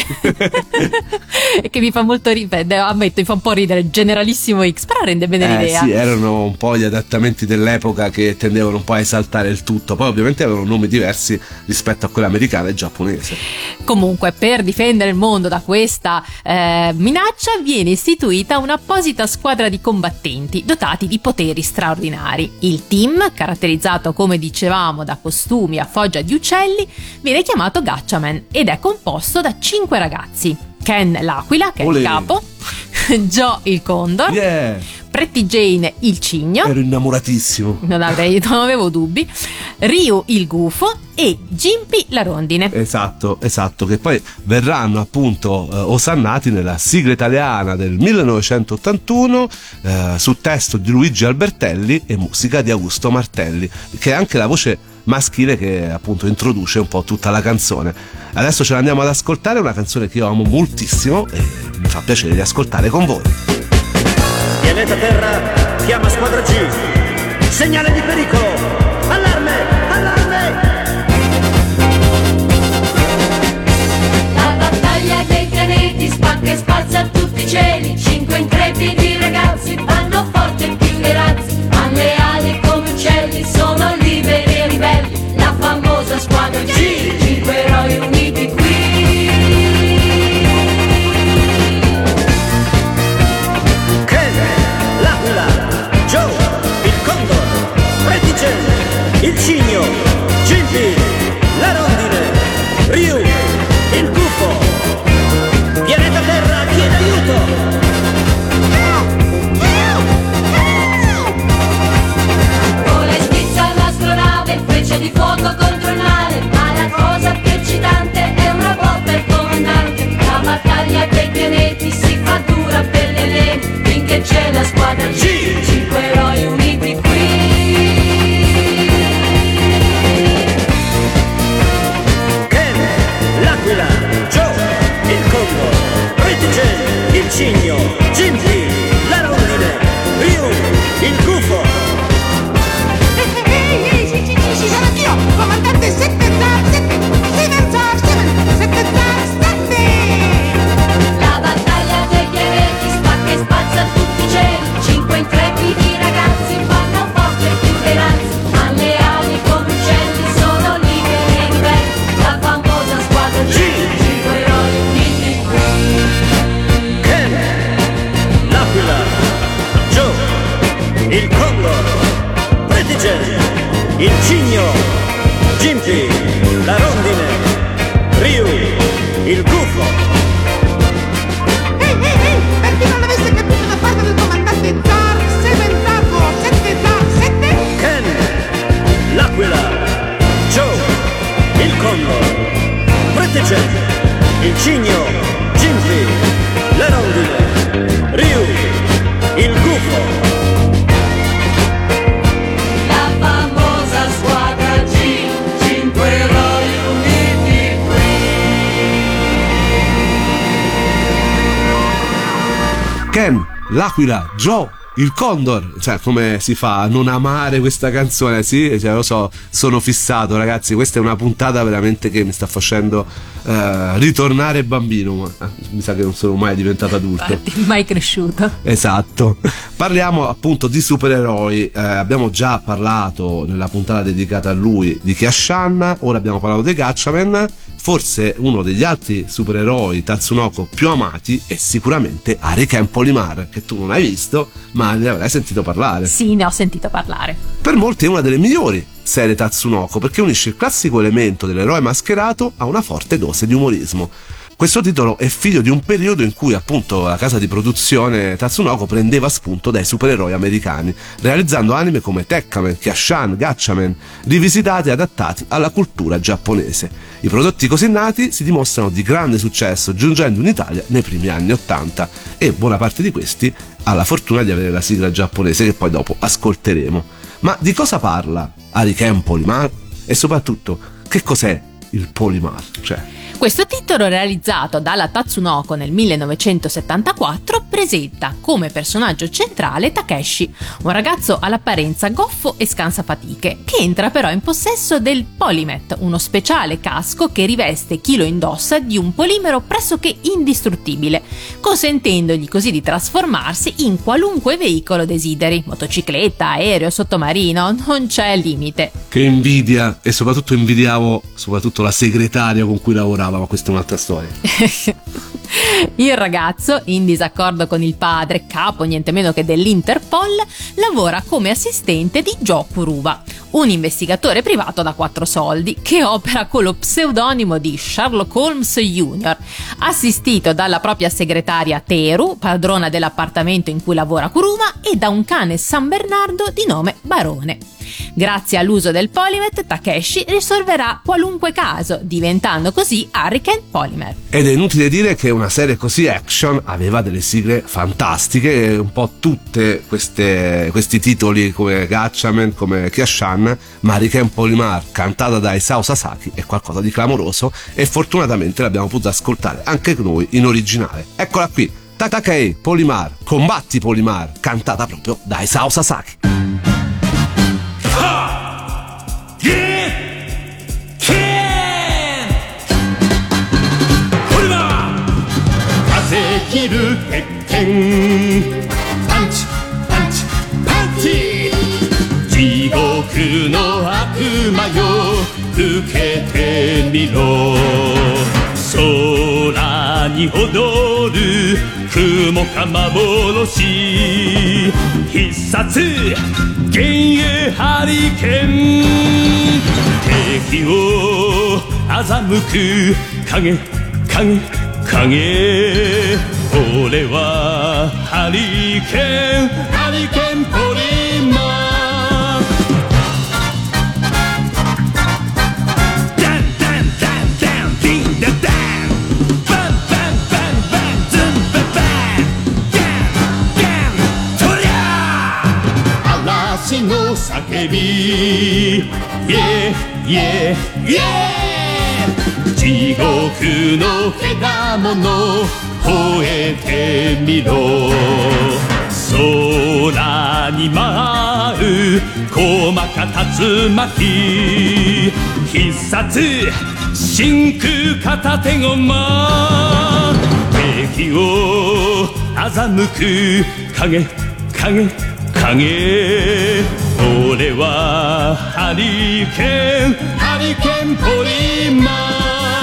E che mi fa molto ridere, ammetto, mi fa un po' ridere Generalissimo X, però rende bene l'idea. Sì, erano un po' gli adattamenti dell'epoca che tendevano un po' a esaltare il tutto, poi ovviamente avevano nomi diversi rispetto a quella americana e giapponese. Comunque, per difendere il mondo da questa minaccia viene istituita un'apposita squadra di combattenti dotati di poteri straordinari. Il team, caratterizzato come dicevamo da costumi a foggia di uccelli, viene chiamato Gatchaman ed è composto da 5 ragazzi: Ken l'aquila, che è il capo, Joe il condor, Pretty Jane il cigno, Ero innamoratissimo. non avevo dubbi, Ryu il gufo e Gimpy la rondine. Esatto, che poi verranno appunto osannati nella sigla italiana del 1981 su testo di Luigi Albertelli e musica di Augusto Martelli, che è anche la voce maschile che appunto introduce un po' tutta la canzone. Adesso ce l'andiamo ad ascoltare, una canzone che io amo moltissimo e mi fa piacere di ascoltare con voi. Pianeta Terra chiama squadra G. Segnale di pericolo. Allarme! Allarme! La battaglia dei pianeti spacca e spazza a tutti i cieli. 5 intrepidi ragazzi vanno forte più dei razzi. Hanno le ali come uccelli, sono liberi e ribelli. La famosa squadra G, 5 eroi uniti qui. Il cigno, Gimpy, la rondine, Ryu, il gufo. Pianeta Terra chiede aiuto. Vola e schizza l'astronave, freccia di fuoco contro il mare. Ma la cosa più eccitante è una botta il comandante. La battaglia dei pianeti si fa dura per le lenti. Finché c'è la squadra G, 5 eroi uniti qui. Il cigno, Gimpy, la rondine, Ryu, il gufo. Ehi, ci sono anch'io, comandante 7 La battaglia dei pianeti spacca e spazza a tutti i cieli. 5 intrepidi ragazzi fanno forte più dei razzi. Hanno le ali come uccelli, sono liberi e ribelli. La famosa squadra G, 5 eroi uniti qui. L'Aquila, Joe, il Condor, Pretty Jane, il cigno, Gimpy, la rondine, Ryu, il gufo. Ehi, per chi non l'avesse capito da parte del comandante Zar, 7 Ken, l'Aquila, Joe, il Condor, Pretty Jane, il cigno, Gimpy, la rondine, Ryu, il gufo. La famosa squadra G, 5 eroi uniti qui. Ken, l'Aquila, Joe, il Condor. Cioè, come si fa a non amare questa canzone? Sì, cioè, lo so, sono fissato, ragazzi. Questa è una puntata veramente che mi sta facendo ritornare bambino. Ma mi sa che non sono mai diventato adulto. Infatti, mai cresciuto. Esatto. Parliamo appunto di supereroi. Abbiamo già parlato nella puntata dedicata a lui di Kiashan, ora abbiamo parlato di Gatchaman. Forse uno degli altri supereroi Tatsunoko più amati è sicuramente Hurricane Polymar, che tu non hai visto, ma ne avrai sentito parlare. Sì, ne ho sentito parlare. Per molti è una delle migliori serie Tatsunoko, perché unisce il classico elemento dell'eroe mascherato a una forte dose di umorismo. Questo titolo è figlio di un periodo in cui appunto la casa di produzione Tatsunoko prendeva spunto dai supereroi americani, realizzando anime come Tekkaman, Kiashan, Gatchaman, rivisitati e adattati alla cultura giapponese. I prodotti così nati si dimostrano di grande successo, giungendo in Italia nei primi anni '80, e buona parte di questi ha la fortuna di avere la sigla giapponese che poi dopo ascolteremo. Ma di cosa parla Hurricane Polymar? E soprattutto, che cos'è il Polymar? Questo titolo, realizzato dalla Tatsunoko nel 1974, presenta come personaggio centrale Takeshi, un ragazzo all'apparenza goffo e scansafatiche, che entra però in possesso del Polymet, uno speciale casco che riveste chi lo indossa di un polimero pressoché indistruttibile, consentendogli così di trasformarsi in qualunque veicolo desideri: motocicletta, aereo, sottomarino, non c'è limite. Che invidia, e soprattutto invidiavo soprattutto la segretaria con cui lavorava, ma questa è un'altra storia. Il ragazzo, in disaccordo con il padre, capo niente meno che dell'Interpol, lavora come assistente di Joe Kuruba, un investigatore privato da 4 soldi che opera con lo pseudonimo di Sherlock Holmes Jr., assistito dalla propria segretaria Teru, padrona dell'appartamento in cui lavora Kuruma, e da un cane San Bernardo di nome Barone. Grazie all'uso del Polymath, Takeshi risolverà qualunque caso, diventando così Hurricane Polymer. Ed è inutile dire che una serie così action aveva delle sigle fantastiche, un po' tutte questi titoli come Gatchaman, come Kyashan, ma Hurricane Polymer cantata da Isao Sasaki è qualcosa di clamoroso e fortunatamente l'abbiamo potuto ascoltare anche noi in originale. Eccola qui, Takei Polymer, Combatti Polymer, cantata proprio da Isao Sasaki. 切る鉄拳パンチパンチパンチ地獄の悪魔よ受けてみろ空に踊る雲か幻必殺幻影ハリケーン敵を欺く影影影俺はハリケーンポリマーダンダンダンダンディンダダンバンバンバンバンズンババンガンガントリャー嵐の叫びイエイエイイエイ地獄の獣吠えてみろ空に舞う細か竜巻必殺真空片手駒敵を欺く影影影俺はハリケーンポリマー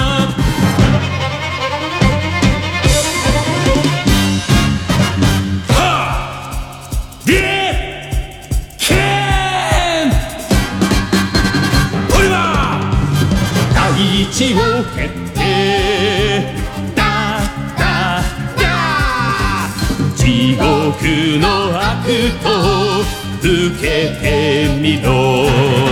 地を蹴ってダーダーダー地獄の悪と受けてみろ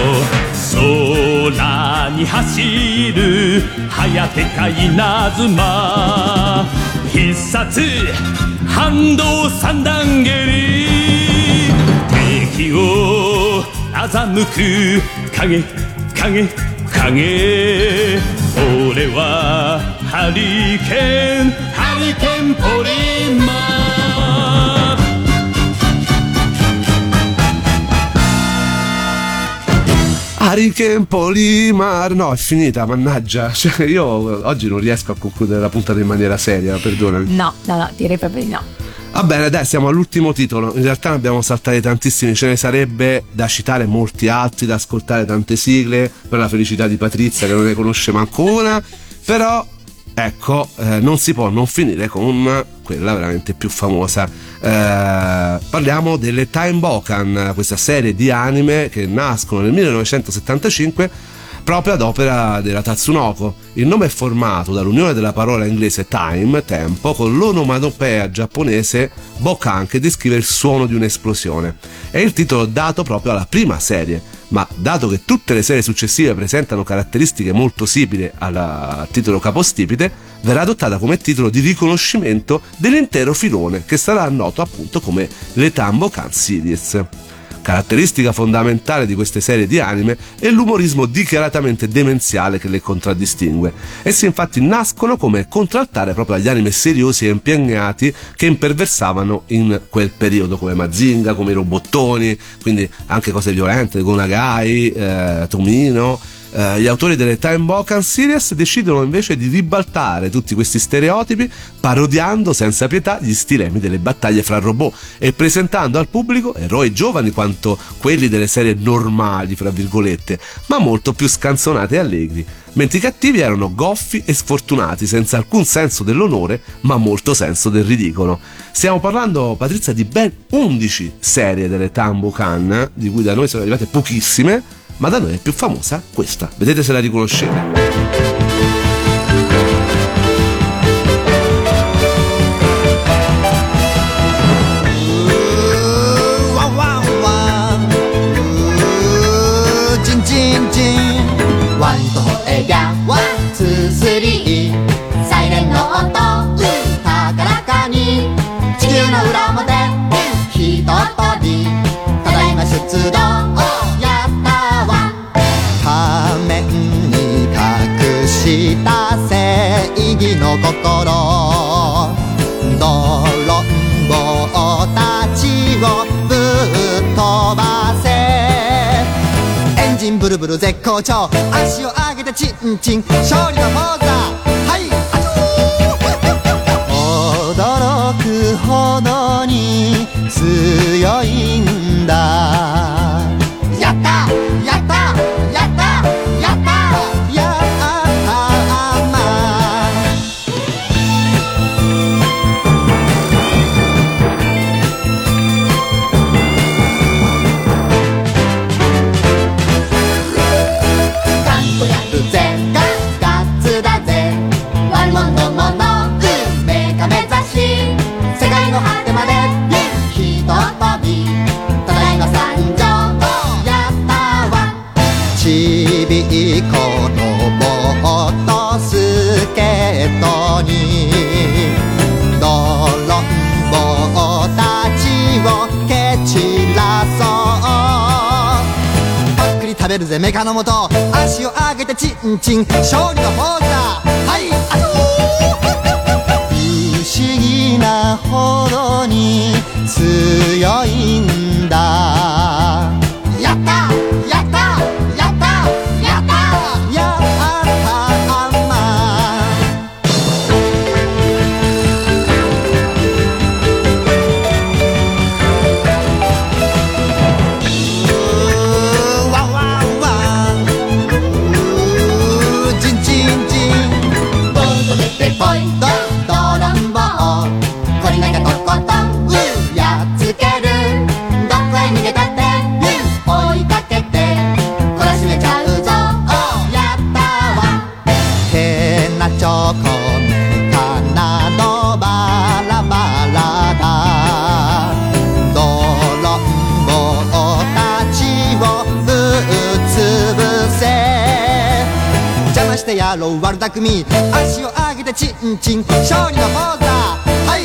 空に走る早手か稲妻必殺反動三段蹴り敵を欺く影影影俺はハリケーンポリマー Hurricane Polymer, no, è finita, mannaggia. Cioè, io oggi non riesco a concludere la puntata in maniera seria, perdonami. No, direi proprio di no. Va bene, dai, siamo all'ultimo titolo. In realtà ne abbiamo saltati tantissimi, ce ne sarebbe da citare molti altri, da ascoltare tante sigle, per la felicità di Patrizia che non ne conosce manco una. Però, ecco, non si può non finire con quella veramente più famosa. Parliamo delle Time Bokan, questa serie di anime che nascono nel 1975 proprio ad opera della Tatsunoko. Il nome è formato dall'unione della parola inglese time, tempo, con l'onomatopea giapponese bokan, che descrive il suono di un'esplosione. È il titolo dato proprio alla prima serie, ma dato che tutte le serie successive presentano caratteristiche molto simili al titolo capostipite, verrà adottata come titolo di riconoscimento dell'intero filone, che sarà noto appunto come le Time Bokan Series. Caratteristica fondamentale di queste serie di anime è l'umorismo dichiaratamente demenziale che le contraddistingue. Essi infatti nascono come contraltare proprio agli anime seriosi e impegnati che imperversavano in quel periodo, come Mazinga, come i robottoni, quindi anche cose violente, Gonagai, Tomino. Gli autori delle Time Bokan Series decidono invece di ribaltare tutti questi stereotipi, parodiando senza pietà gli stilemi delle battaglie fra robot e presentando al pubblico eroi giovani quanto quelli delle serie normali, fra virgolette, ma molto più scanzonati e allegri, mentre i cattivi erano goffi e sfortunati, senza alcun senso dell'onore ma molto senso del ridicolo. Stiamo parlando, Patrizia, di ben 11 serie delle Time Bokan, di cui da noi sono arrivate pochissime, ma da noi è più famosa questa. Vedete se la riconoscete. 부르부르絶好調 足を上げてチンチン勝利のポーズだはい驚くほどに強いんだやったやったやったやったやったまちびっこのボートスケートに泥んぼたちを蹴散らそうパックリ食べるぜメカのもと足を上げてチンチン勝利のポーズだはい不思議なほどに強いんだやったやったやったやったやったまワンワンワンチンチンチンボートでてぽいとドロンボーこりなきゃとことんやっつけるどこへ逃げたって追いかけて懲らしめちゃうぞやったわ変なチョコメカなどバラバラだ泥んぼたちをぶっつぶせ邪魔してやろう悪巧み足を上げてチンチン勝利のポーズだはい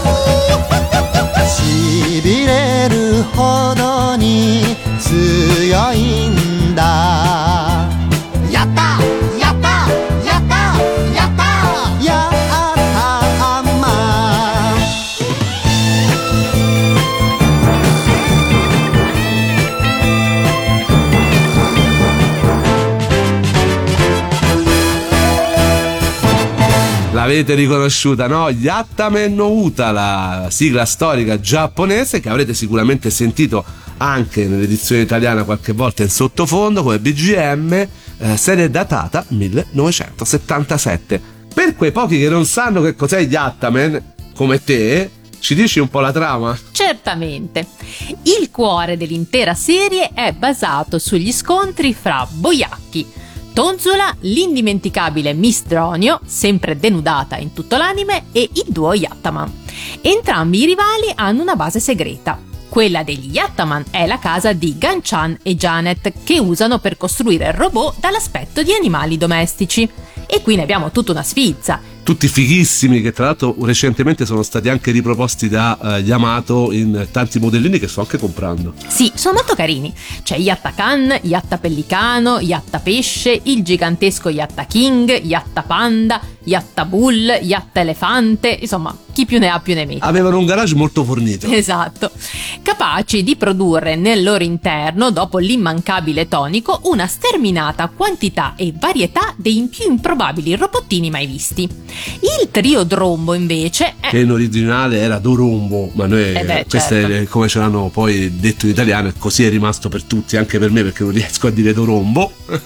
しびれるほどに強いんだやったやったやったやったやったま L'avete riconosciuta, no? Yattamen no Uta, la sigla storica giapponese che avrete sicuramente sentito anche nell'edizione italiana qualche volta in sottofondo come BGM, serie datata 1977. Per quei pochi che non sanno che cos'è Yattamen, come te, ci dici un po' la trama? Certamente. Il cuore dell'intera serie è basato sugli scontri fra Boyacchi, Tonzula, l'indimenticabile Miss Dronio, sempre denudata in tutto l'anime, e il duo Yattaman. Entrambi i rivali hanno una base segreta. Quella degli Yattaman è la casa di Ganchan e Janet, che usano per costruire robot dall'aspetto di animali domestici. E qui ne abbiamo tutta una sfilza. Tutti fighissimi, che tra l'altro recentemente sono stati anche riproposti da Yamato in tanti modellini che sto anche comprando. Sì, sono molto carini. C'è Yatta Kan, Yatta Pellicano, Yatta Pesce, il gigantesco Yatta King, Yatta Panda, Yatta Bull, Yatta Elefante, insomma, chi più ne ha più ne metta. Avevano un garage molto fornito. Esatto. Capaci di produrre nel loro interno, dopo l'immancabile tonico, una sterminata quantità e varietà dei più improbabili robottini mai visti. Il trio Drombo invece è... che in originale era Dorombo, ma noi questo certo. è come ce l'hanno poi detto in italiano e così è rimasto per tutti, anche per me perché non riesco a dire Dorombo.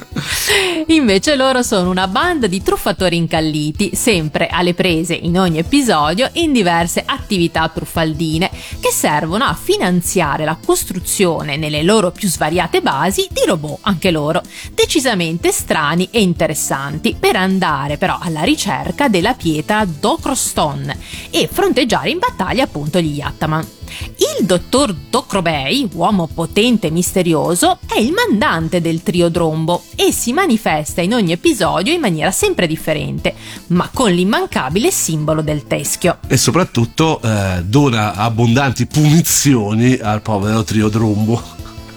Invece loro sono una banda di truffatori incalliti, sempre alle prese in ogni episodio in diverse attività truffaldine che servono a finanziare la costruzione nelle loro più svariate basi di robot, anche loro, decisamente strani e interessanti, per andare però alla ricerca della pietra Docroston e fronteggiare in battaglia appunto gli Yattaman. Il dottor Docrobey, uomo potente e misterioso, è il mandante del trio Drombo e si manifesta in ogni episodio in maniera sempre differente, ma con l'immancabile simbolo del teschio. E soprattutto dona abbondanti punizioni al povero trio Drombo.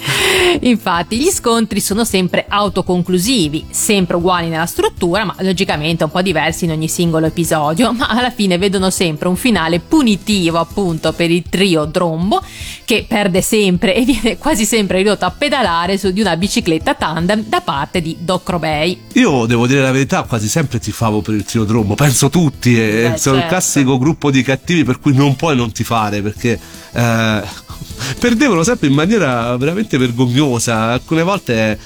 Infatti gli scontri sono sempre autoconclusivi, sempre uguali nella struttura, ma logicamente un po' diversi in ogni singolo episodio, ma alla fine vedono sempre un finale punitivo appunto per il trio Drombo, che perde sempre e viene quasi sempre ridotto a pedalare su di una bicicletta tandem da parte di Docrobey. Io devo dire la verità, quasi sempre tifavo per il trio Drombo, penso tutti, sono il classico gruppo di cattivi per cui non puoi non tifare, perché perdevano sempre in maniera veramente vergognosa, alcune volte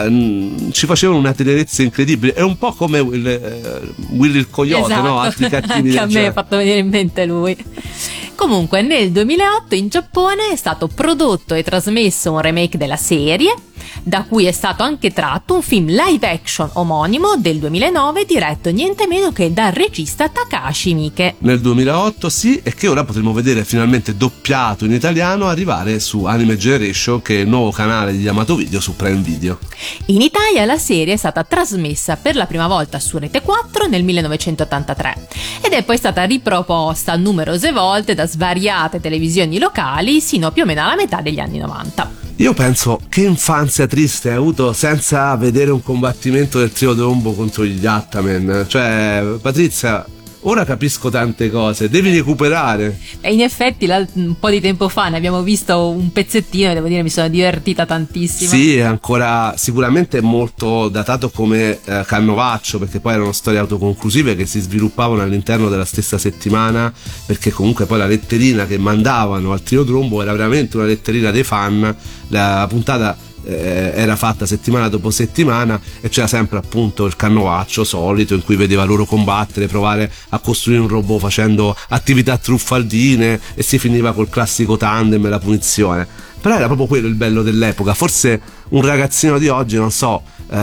ci facevano una tenerezza incredibile, è un po' come Willy il Coyote, esatto. No? Altri cattivi Anche a me ha fatto venire in mente lui. Comunque nel 2008 in Giappone è stato prodotto e trasmesso un remake della serie, da cui è stato anche tratto un film live action omonimo del 2009 diretto niente meno che dal regista Takashi Miike. Nel 2008 sì, e che ora potremo vedere finalmente doppiato in italiano arrivare su Anime Generation, che è il nuovo canale di Yamato Video su Prime Video. In Italia la serie è stata trasmessa per la prima volta su Rete 4 nel 1983 ed è poi stata riproposta numerose volte da svariate televisioni locali sino più o meno alla metà degli anni 90. Io penso che infanzia triste hai avuto senza vedere un combattimento del trio Drombo contro gli Yattaman. Cioè, Patrizia, ora capisco tante cose, devi recuperare. E in effetti un po' di tempo fa ne abbiamo visto un pezzettino e devo dire mi sono divertita tantissimo. Sì, è ancora sicuramente molto datato come Canovaccio, perché poi erano storie autoconclusive che si sviluppavano all'interno della stessa settimana, perché comunque poi la letterina che mandavano al trio Drombo era veramente una letterina dei fan. La puntata era fatta settimana dopo settimana e c'era sempre appunto il canovaccio solito in cui vedeva loro combattere, provare a costruire un robot facendo attività truffaldine e si finiva col classico tandem e la punizione. Però era proprio quello il bello dell'epoca. Forse un ragazzino di oggi, non so,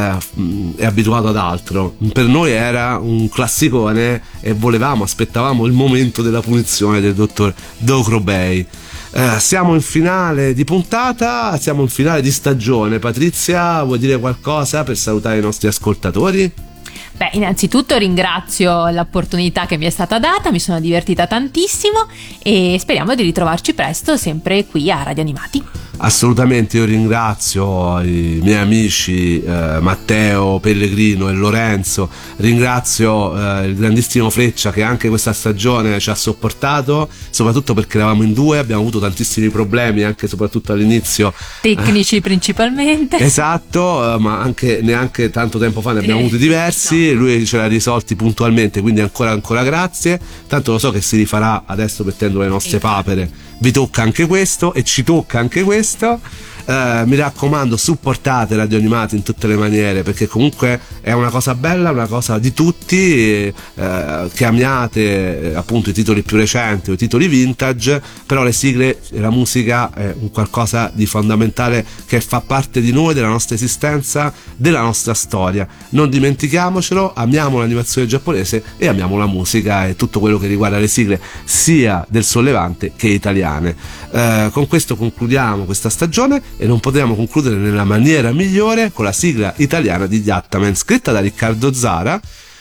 è abituato ad altro. Per noi era un classicone e aspettavamo il momento della punizione del dottor Docrobey. Siamo in finale di puntata, siamo in finale di stagione. Patrizia, vuoi dire qualcosa per salutare i nostri ascoltatori? Beh, innanzitutto ringrazio l'opportunità che mi è stata data, mi sono divertita tantissimo e speriamo di ritrovarci presto sempre qui a Radio Animati. Assolutamente, io ringrazio i miei amici Matteo, Pellegrino e Lorenzo, ringrazio il grandissimo Freccia che anche questa stagione ci ha sopportato, soprattutto perché eravamo in due, abbiamo avuto tantissimi problemi anche soprattutto all'inizio. Tecnici principalmente. Esatto, ma anche neanche tanto tempo fa ne abbiamo avuti diversi, no. Lui ce l'ha risolti puntualmente, quindi ancora grazie, tanto lo so che si rifarà adesso mettendo le nostre papere. Vi tocca anche questo e ci tocca anche questo. Mi raccomando, supportate Radio Animati in tutte le maniere, perché comunque è una cosa bella, una cosa di tutti, che amiate appunto i titoli più recenti o i titoli vintage, però le sigle e la musica è un qualcosa di fondamentale che fa parte di noi, della nostra esistenza, della nostra storia. Non dimentichiamocelo, amiamo l'animazione giapponese e amiamo la musica e tutto quello che riguarda le sigle sia del Sollevante che italiane. Con questo concludiamo questa stagione e non potevamo concludere nella maniera migliore con la sigla italiana di Yattaman, scritta da Riccardo Zara.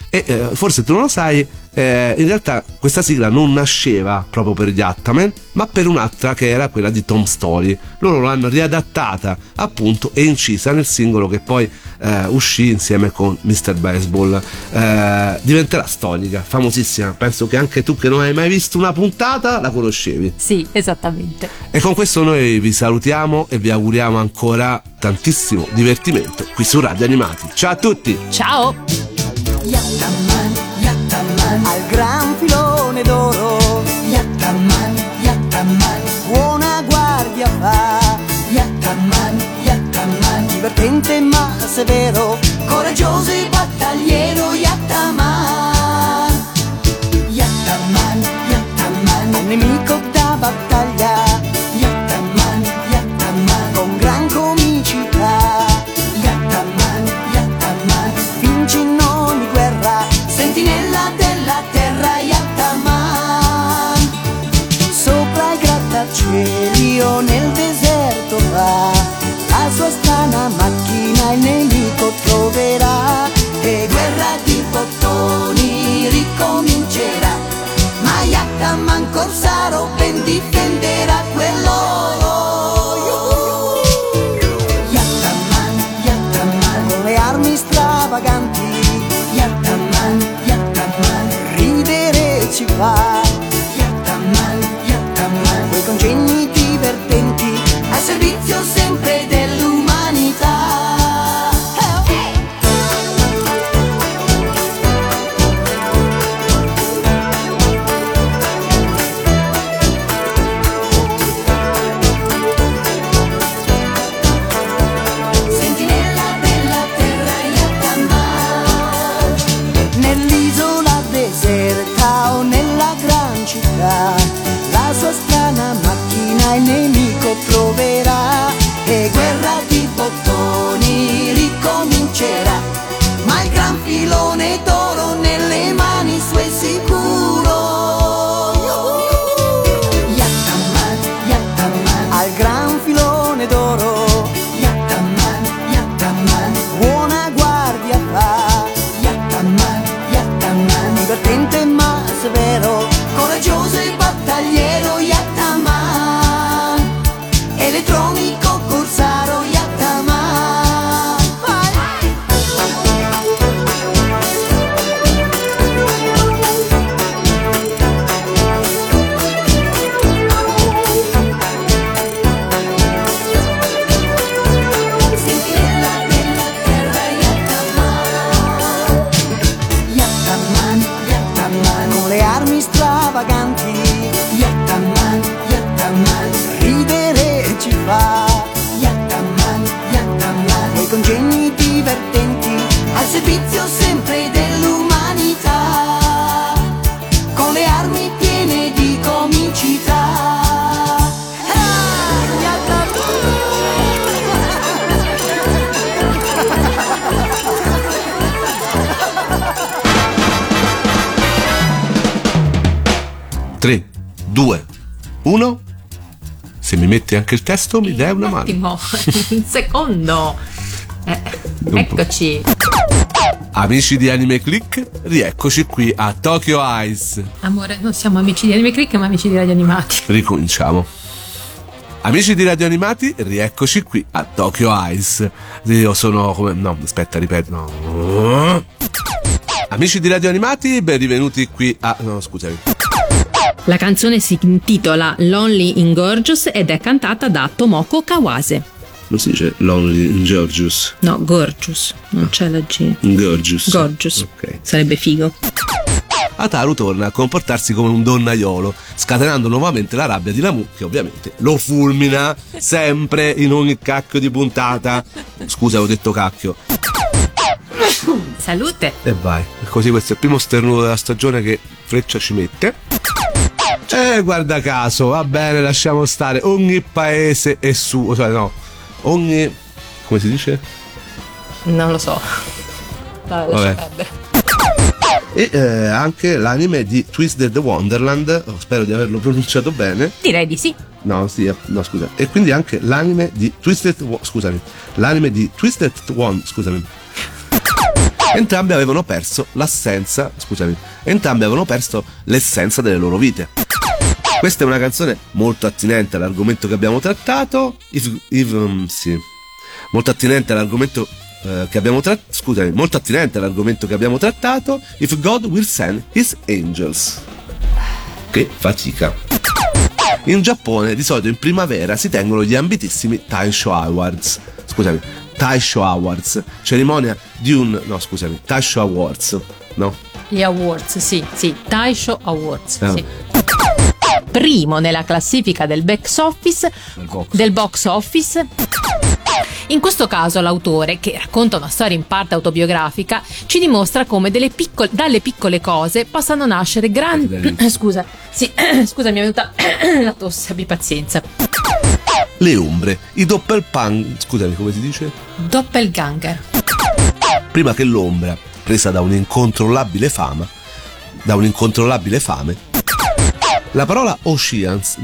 E forse tu non lo sai, in realtà questa sigla non nasceva proprio per Yattaman, ma per un'altra che era quella di Tom Story. Loro l'hanno riadattata appunto e incisa nel singolo che poi uscì insieme con Mr. Baseball. Diventerà storica, famosissima, penso che anche tu che non hai mai visto una puntata la conoscevi. Sì, esattamente. E con questo noi vi salutiamo e vi auguriamo ancora tantissimo divertimento qui su Radio Animati. Ciao a tutti! Ciao! Yattaman, Yattaman, al gran filone d'oro. Yattaman, Yattaman, buona guardia fa. Yattaman, Yattaman, divertente ma severo. coraggioso e battagliero Yattaman. Yattaman, Yattaman, un nemico da battaglia. Yattaman, Yattaman, con gran comicità. Yattaman, Yattaman, vince in ogni guerra, sentinella della terra. Yattaman, sopra i grattacieli o nel deserto va, la sua strana macchina il nemico troverà, e guerra di bottoni ricomincerà, ma Yattaman corsaro ben difenderà quell'oro. Yattaman, Yattaman, con le armi stravaganti. Yattaman, Yattaman, ridere ci fa. Yattaman, Yattaman, quei congegni divertenti al servizio sempre dell'umanità. Sentinella della terra Yattaman, nell'isola deserta o nella gran città, la sua strana macchina il nemico troverà, e guerra di bottoni ricomincerà, ma il gran filone d'oro nelle mani sue sicuro. Yattaman, Yattaman, al gran filone d'oro. Yattaman, Yattaman, buona guardia fa. Yattaman, Yattaman, divertente ma severo, coraggioso e battagliero. Yattaman, elettronico corsaro. Yattaman, vai. Sentinella della terra Yattaman. Yattaman, Yattaman, con le armi stravaganti. Yattaman, Yattaman, ridere ci fa. Yattaman, Yattaman, quei congegni divertenti al servizio sempre dell'umanità, con le armi piene di comicità. Tre, 2, 1. Se mi metti anche il testo mi dai una mano. Ottimo, un secondo. Eccoci. Amici di Anime Click, rieccoci qui a Tokyo Eyes. Amore, non siamo amici di Anime Click, ma amici di Radio Animati. Ricominciamo. Amici di Radio Animati, rieccoci qui a Tokyo Eyes. Io sono come... No, aspetta, ripeto. No. Amici di Radio Animati, ben rivenuti qui a... No, scusami. La canzone si intitola Lonely in Gorgeous ed è cantata da Tomoko Kawase. Non si dice Lonely in Gorgeous? No, Gorgeous, non c'è la G. Gorgeous. Gorgeous, ok. Sarebbe figo. Ataru torna a comportarsi come un donnaiolo, scatenando nuovamente la rabbia di Lamu, che ovviamente lo fulmina sempre in ogni cacchio di puntata. Scusa, ho detto cacchio. Salute. E vai, così questo è il primo sternuto della stagione che Freccia ci mette. Guarda caso, va bene, lasciamo stare. Ogni paese è suo, cioè no, ogni... come si dice? Non lo so. Dai, lascia perdere. E anche l'anime di Twisted Wonderland, spero di averlo pronunciato bene. Direi di sì. No, sì, no, scusa. E quindi anche l'anime di Twisted Entrambi avevano perso l'essenza delle loro vite. Questa è una canzone molto attinente all'argomento che abbiamo trattato. Molto attinente all'argomento che abbiamo trattato. If God Will Send His Angels. Che fatica. In Giappone di solito in primavera si tengono gli ambitissimi Taisho Awards, cerimonia di un... no scusami, Taisho Awards, no? Gli awards, sì, Taisho Awards, sì. Primo nella classifica del box office In questo caso l'autore, che racconta una storia in parte autobiografica, ci dimostra come dalle piccole cose possano nascere grandi... Scusa, mi è venuta la tosse, abbi pazienza. Le ombre, i doppelpang... Scusami, come si dice? Doppelganger. Prima che l'ombra, presa da un'incontrollabile fame, la parola Oceans.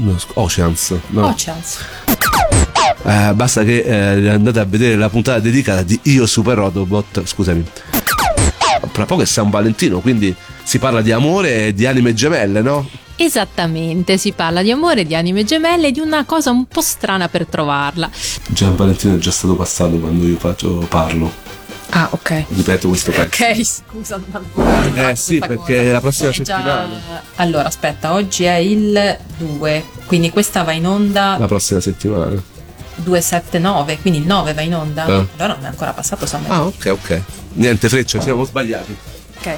Basta che andate a vedere la puntata dedicata di Io Super Autobot, scusami. Tra poco è San Valentino, quindi si parla di amore e di anime gemelle, no? Esattamente, si parla di amore, di anime gemelle e di una cosa un po' strana per trovarla. San Valentino è già stato passato quando io parlo. Ah, ok. Ripeto questo pezzo. Ok, scusa. Sì, perché cosa. La prossima settimana. Allora, aspetta, oggi è il 2, quindi questa va in onda La prossima settimana. 279, quindi il 9 va in onda. Allora non è ancora passato San Valentino. Ok. Niente, Freccia, siamo sbagliati. Ok.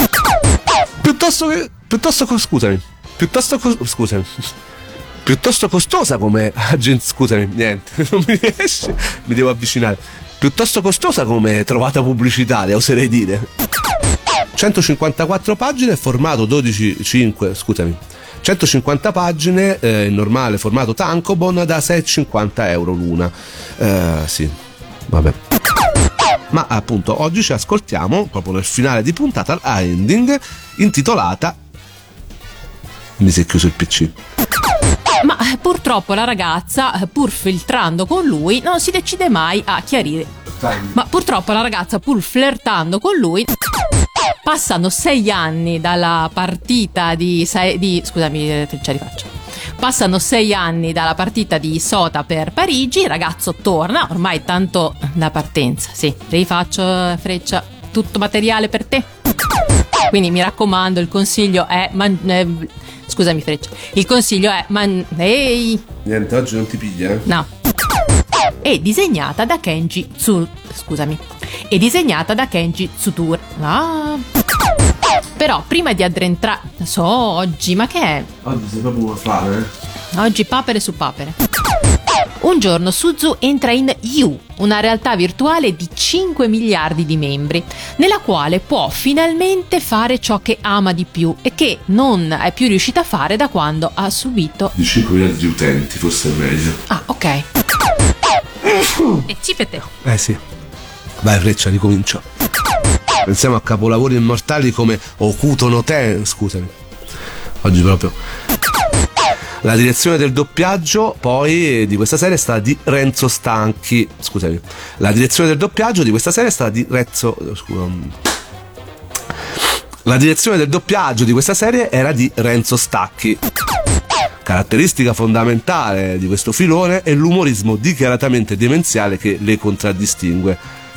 Piuttosto costosa come scusami, niente, non mi riesce, mi devo avvicinare. Piuttosto costosa come trovata pubblicitaria, oserei dire. 154 pagine, formato 12:5, scusami. 150 pagine, normale, formato tankobon, da 6,50 euro l'una. Sì, vabbè. Ma appunto oggi ci ascoltiamo, proprio nel finale di puntata, la ending intitolata... Mi si è chiuso il PC. Ma purtroppo la ragazza, pur filtrando con lui, non si decide mai a chiarire. Ma purtroppo la ragazza, pur flirtando con lui, passano 6 anni dalla partita Passano 6 anni dalla partita di Sota per Parigi, il ragazzo torna, ormai tanto la partenza. Sì, rifaccio, Freccia, tutto materiale per te. Quindi mi raccomando, il consiglio è... Scusami, Freccia. Il consiglio è... Ehi! Niente, oggi non ti piglia, eh? No. È disegnata da Kenji Tsutur. Ah. Però prima di addentrare... oggi, ma che è? Oggi sei proprio una fame, Oggi papere su papere. Un giorno Suzu entra in You, una realtà virtuale di 5 miliardi di membri, nella quale può finalmente fare ciò che ama di più e che non è più riuscita a fare da quando ha subito... Di 5 miliardi di utenti, forse è meglio. Ah, ok. E cipete. Sì. Vai, Freccia, ricomincia. Pensiamo a capolavori immortali come Okuto no Ten, scusami. Oggi proprio... La direzione del doppiaggio poi di questa serie è stata di Renzo Stanchi. Scusami. La direzione del doppiaggio di questa serie è stata di La direzione del doppiaggio di questa serie era di Renzo Stacchi. Caratteristica fondamentale di questo filone è l'umorismo dichiaratamente demenziale che lo contraddistingue.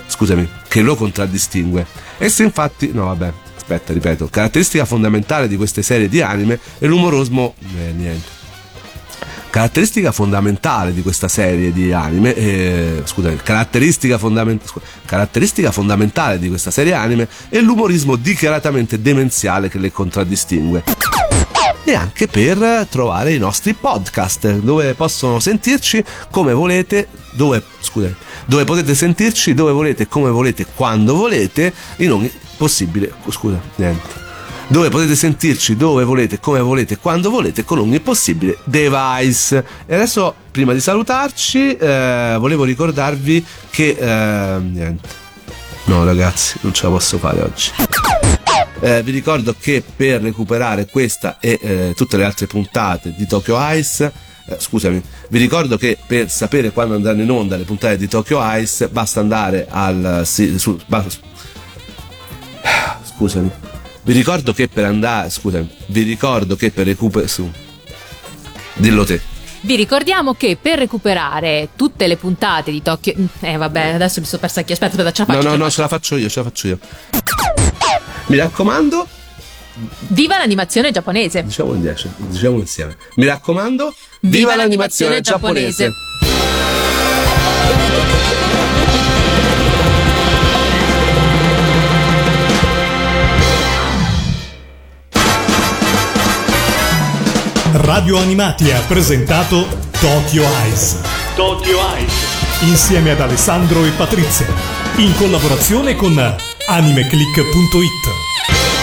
Esso infatti... No, vabbè, aspetta, ripeto. Caratteristica fondamentale di queste serie di anime è l'umorismo... Caratteristica fondamentale di questa serie di anime, caratteristica fondamentale di questa serie anime è l'umorismo dichiaratamente demenziale che le contraddistingue. E anche per trovare i nostri podcast, dove possono sentirci come volete, dove potete sentirci dove volete, come volete, quando volete, in ogni possibile, dove potete sentirci dove volete, come volete, quando volete, con ogni possibile device. E adesso, prima di salutarci, volevo ricordarvi che no ragazzi, non ce la posso fare oggi. Vi ricordo che per recuperare questa e tutte le altre puntate di Tokyo Ice, vi ricordo che per sapere quando andranno in onda le puntate di Tokyo Ice basta andare vi ricordo che per recuperare dillo te. Vi ricordiamo che per recuperare tutte le puntate di Tokyo... vabbè, adesso mi sto persa chi. Aspetta, ce la faccio. No, ce la faccio io. Mi raccomando... Viva l'animazione giapponese! Diciamo insieme. Mi raccomando... Viva l'animazione giapponese! Radio Animati ha presentato Tokyo Ice. Tokyo Ice. insieme ad Alessandro e Patrizia, in collaborazione con animeclick.it.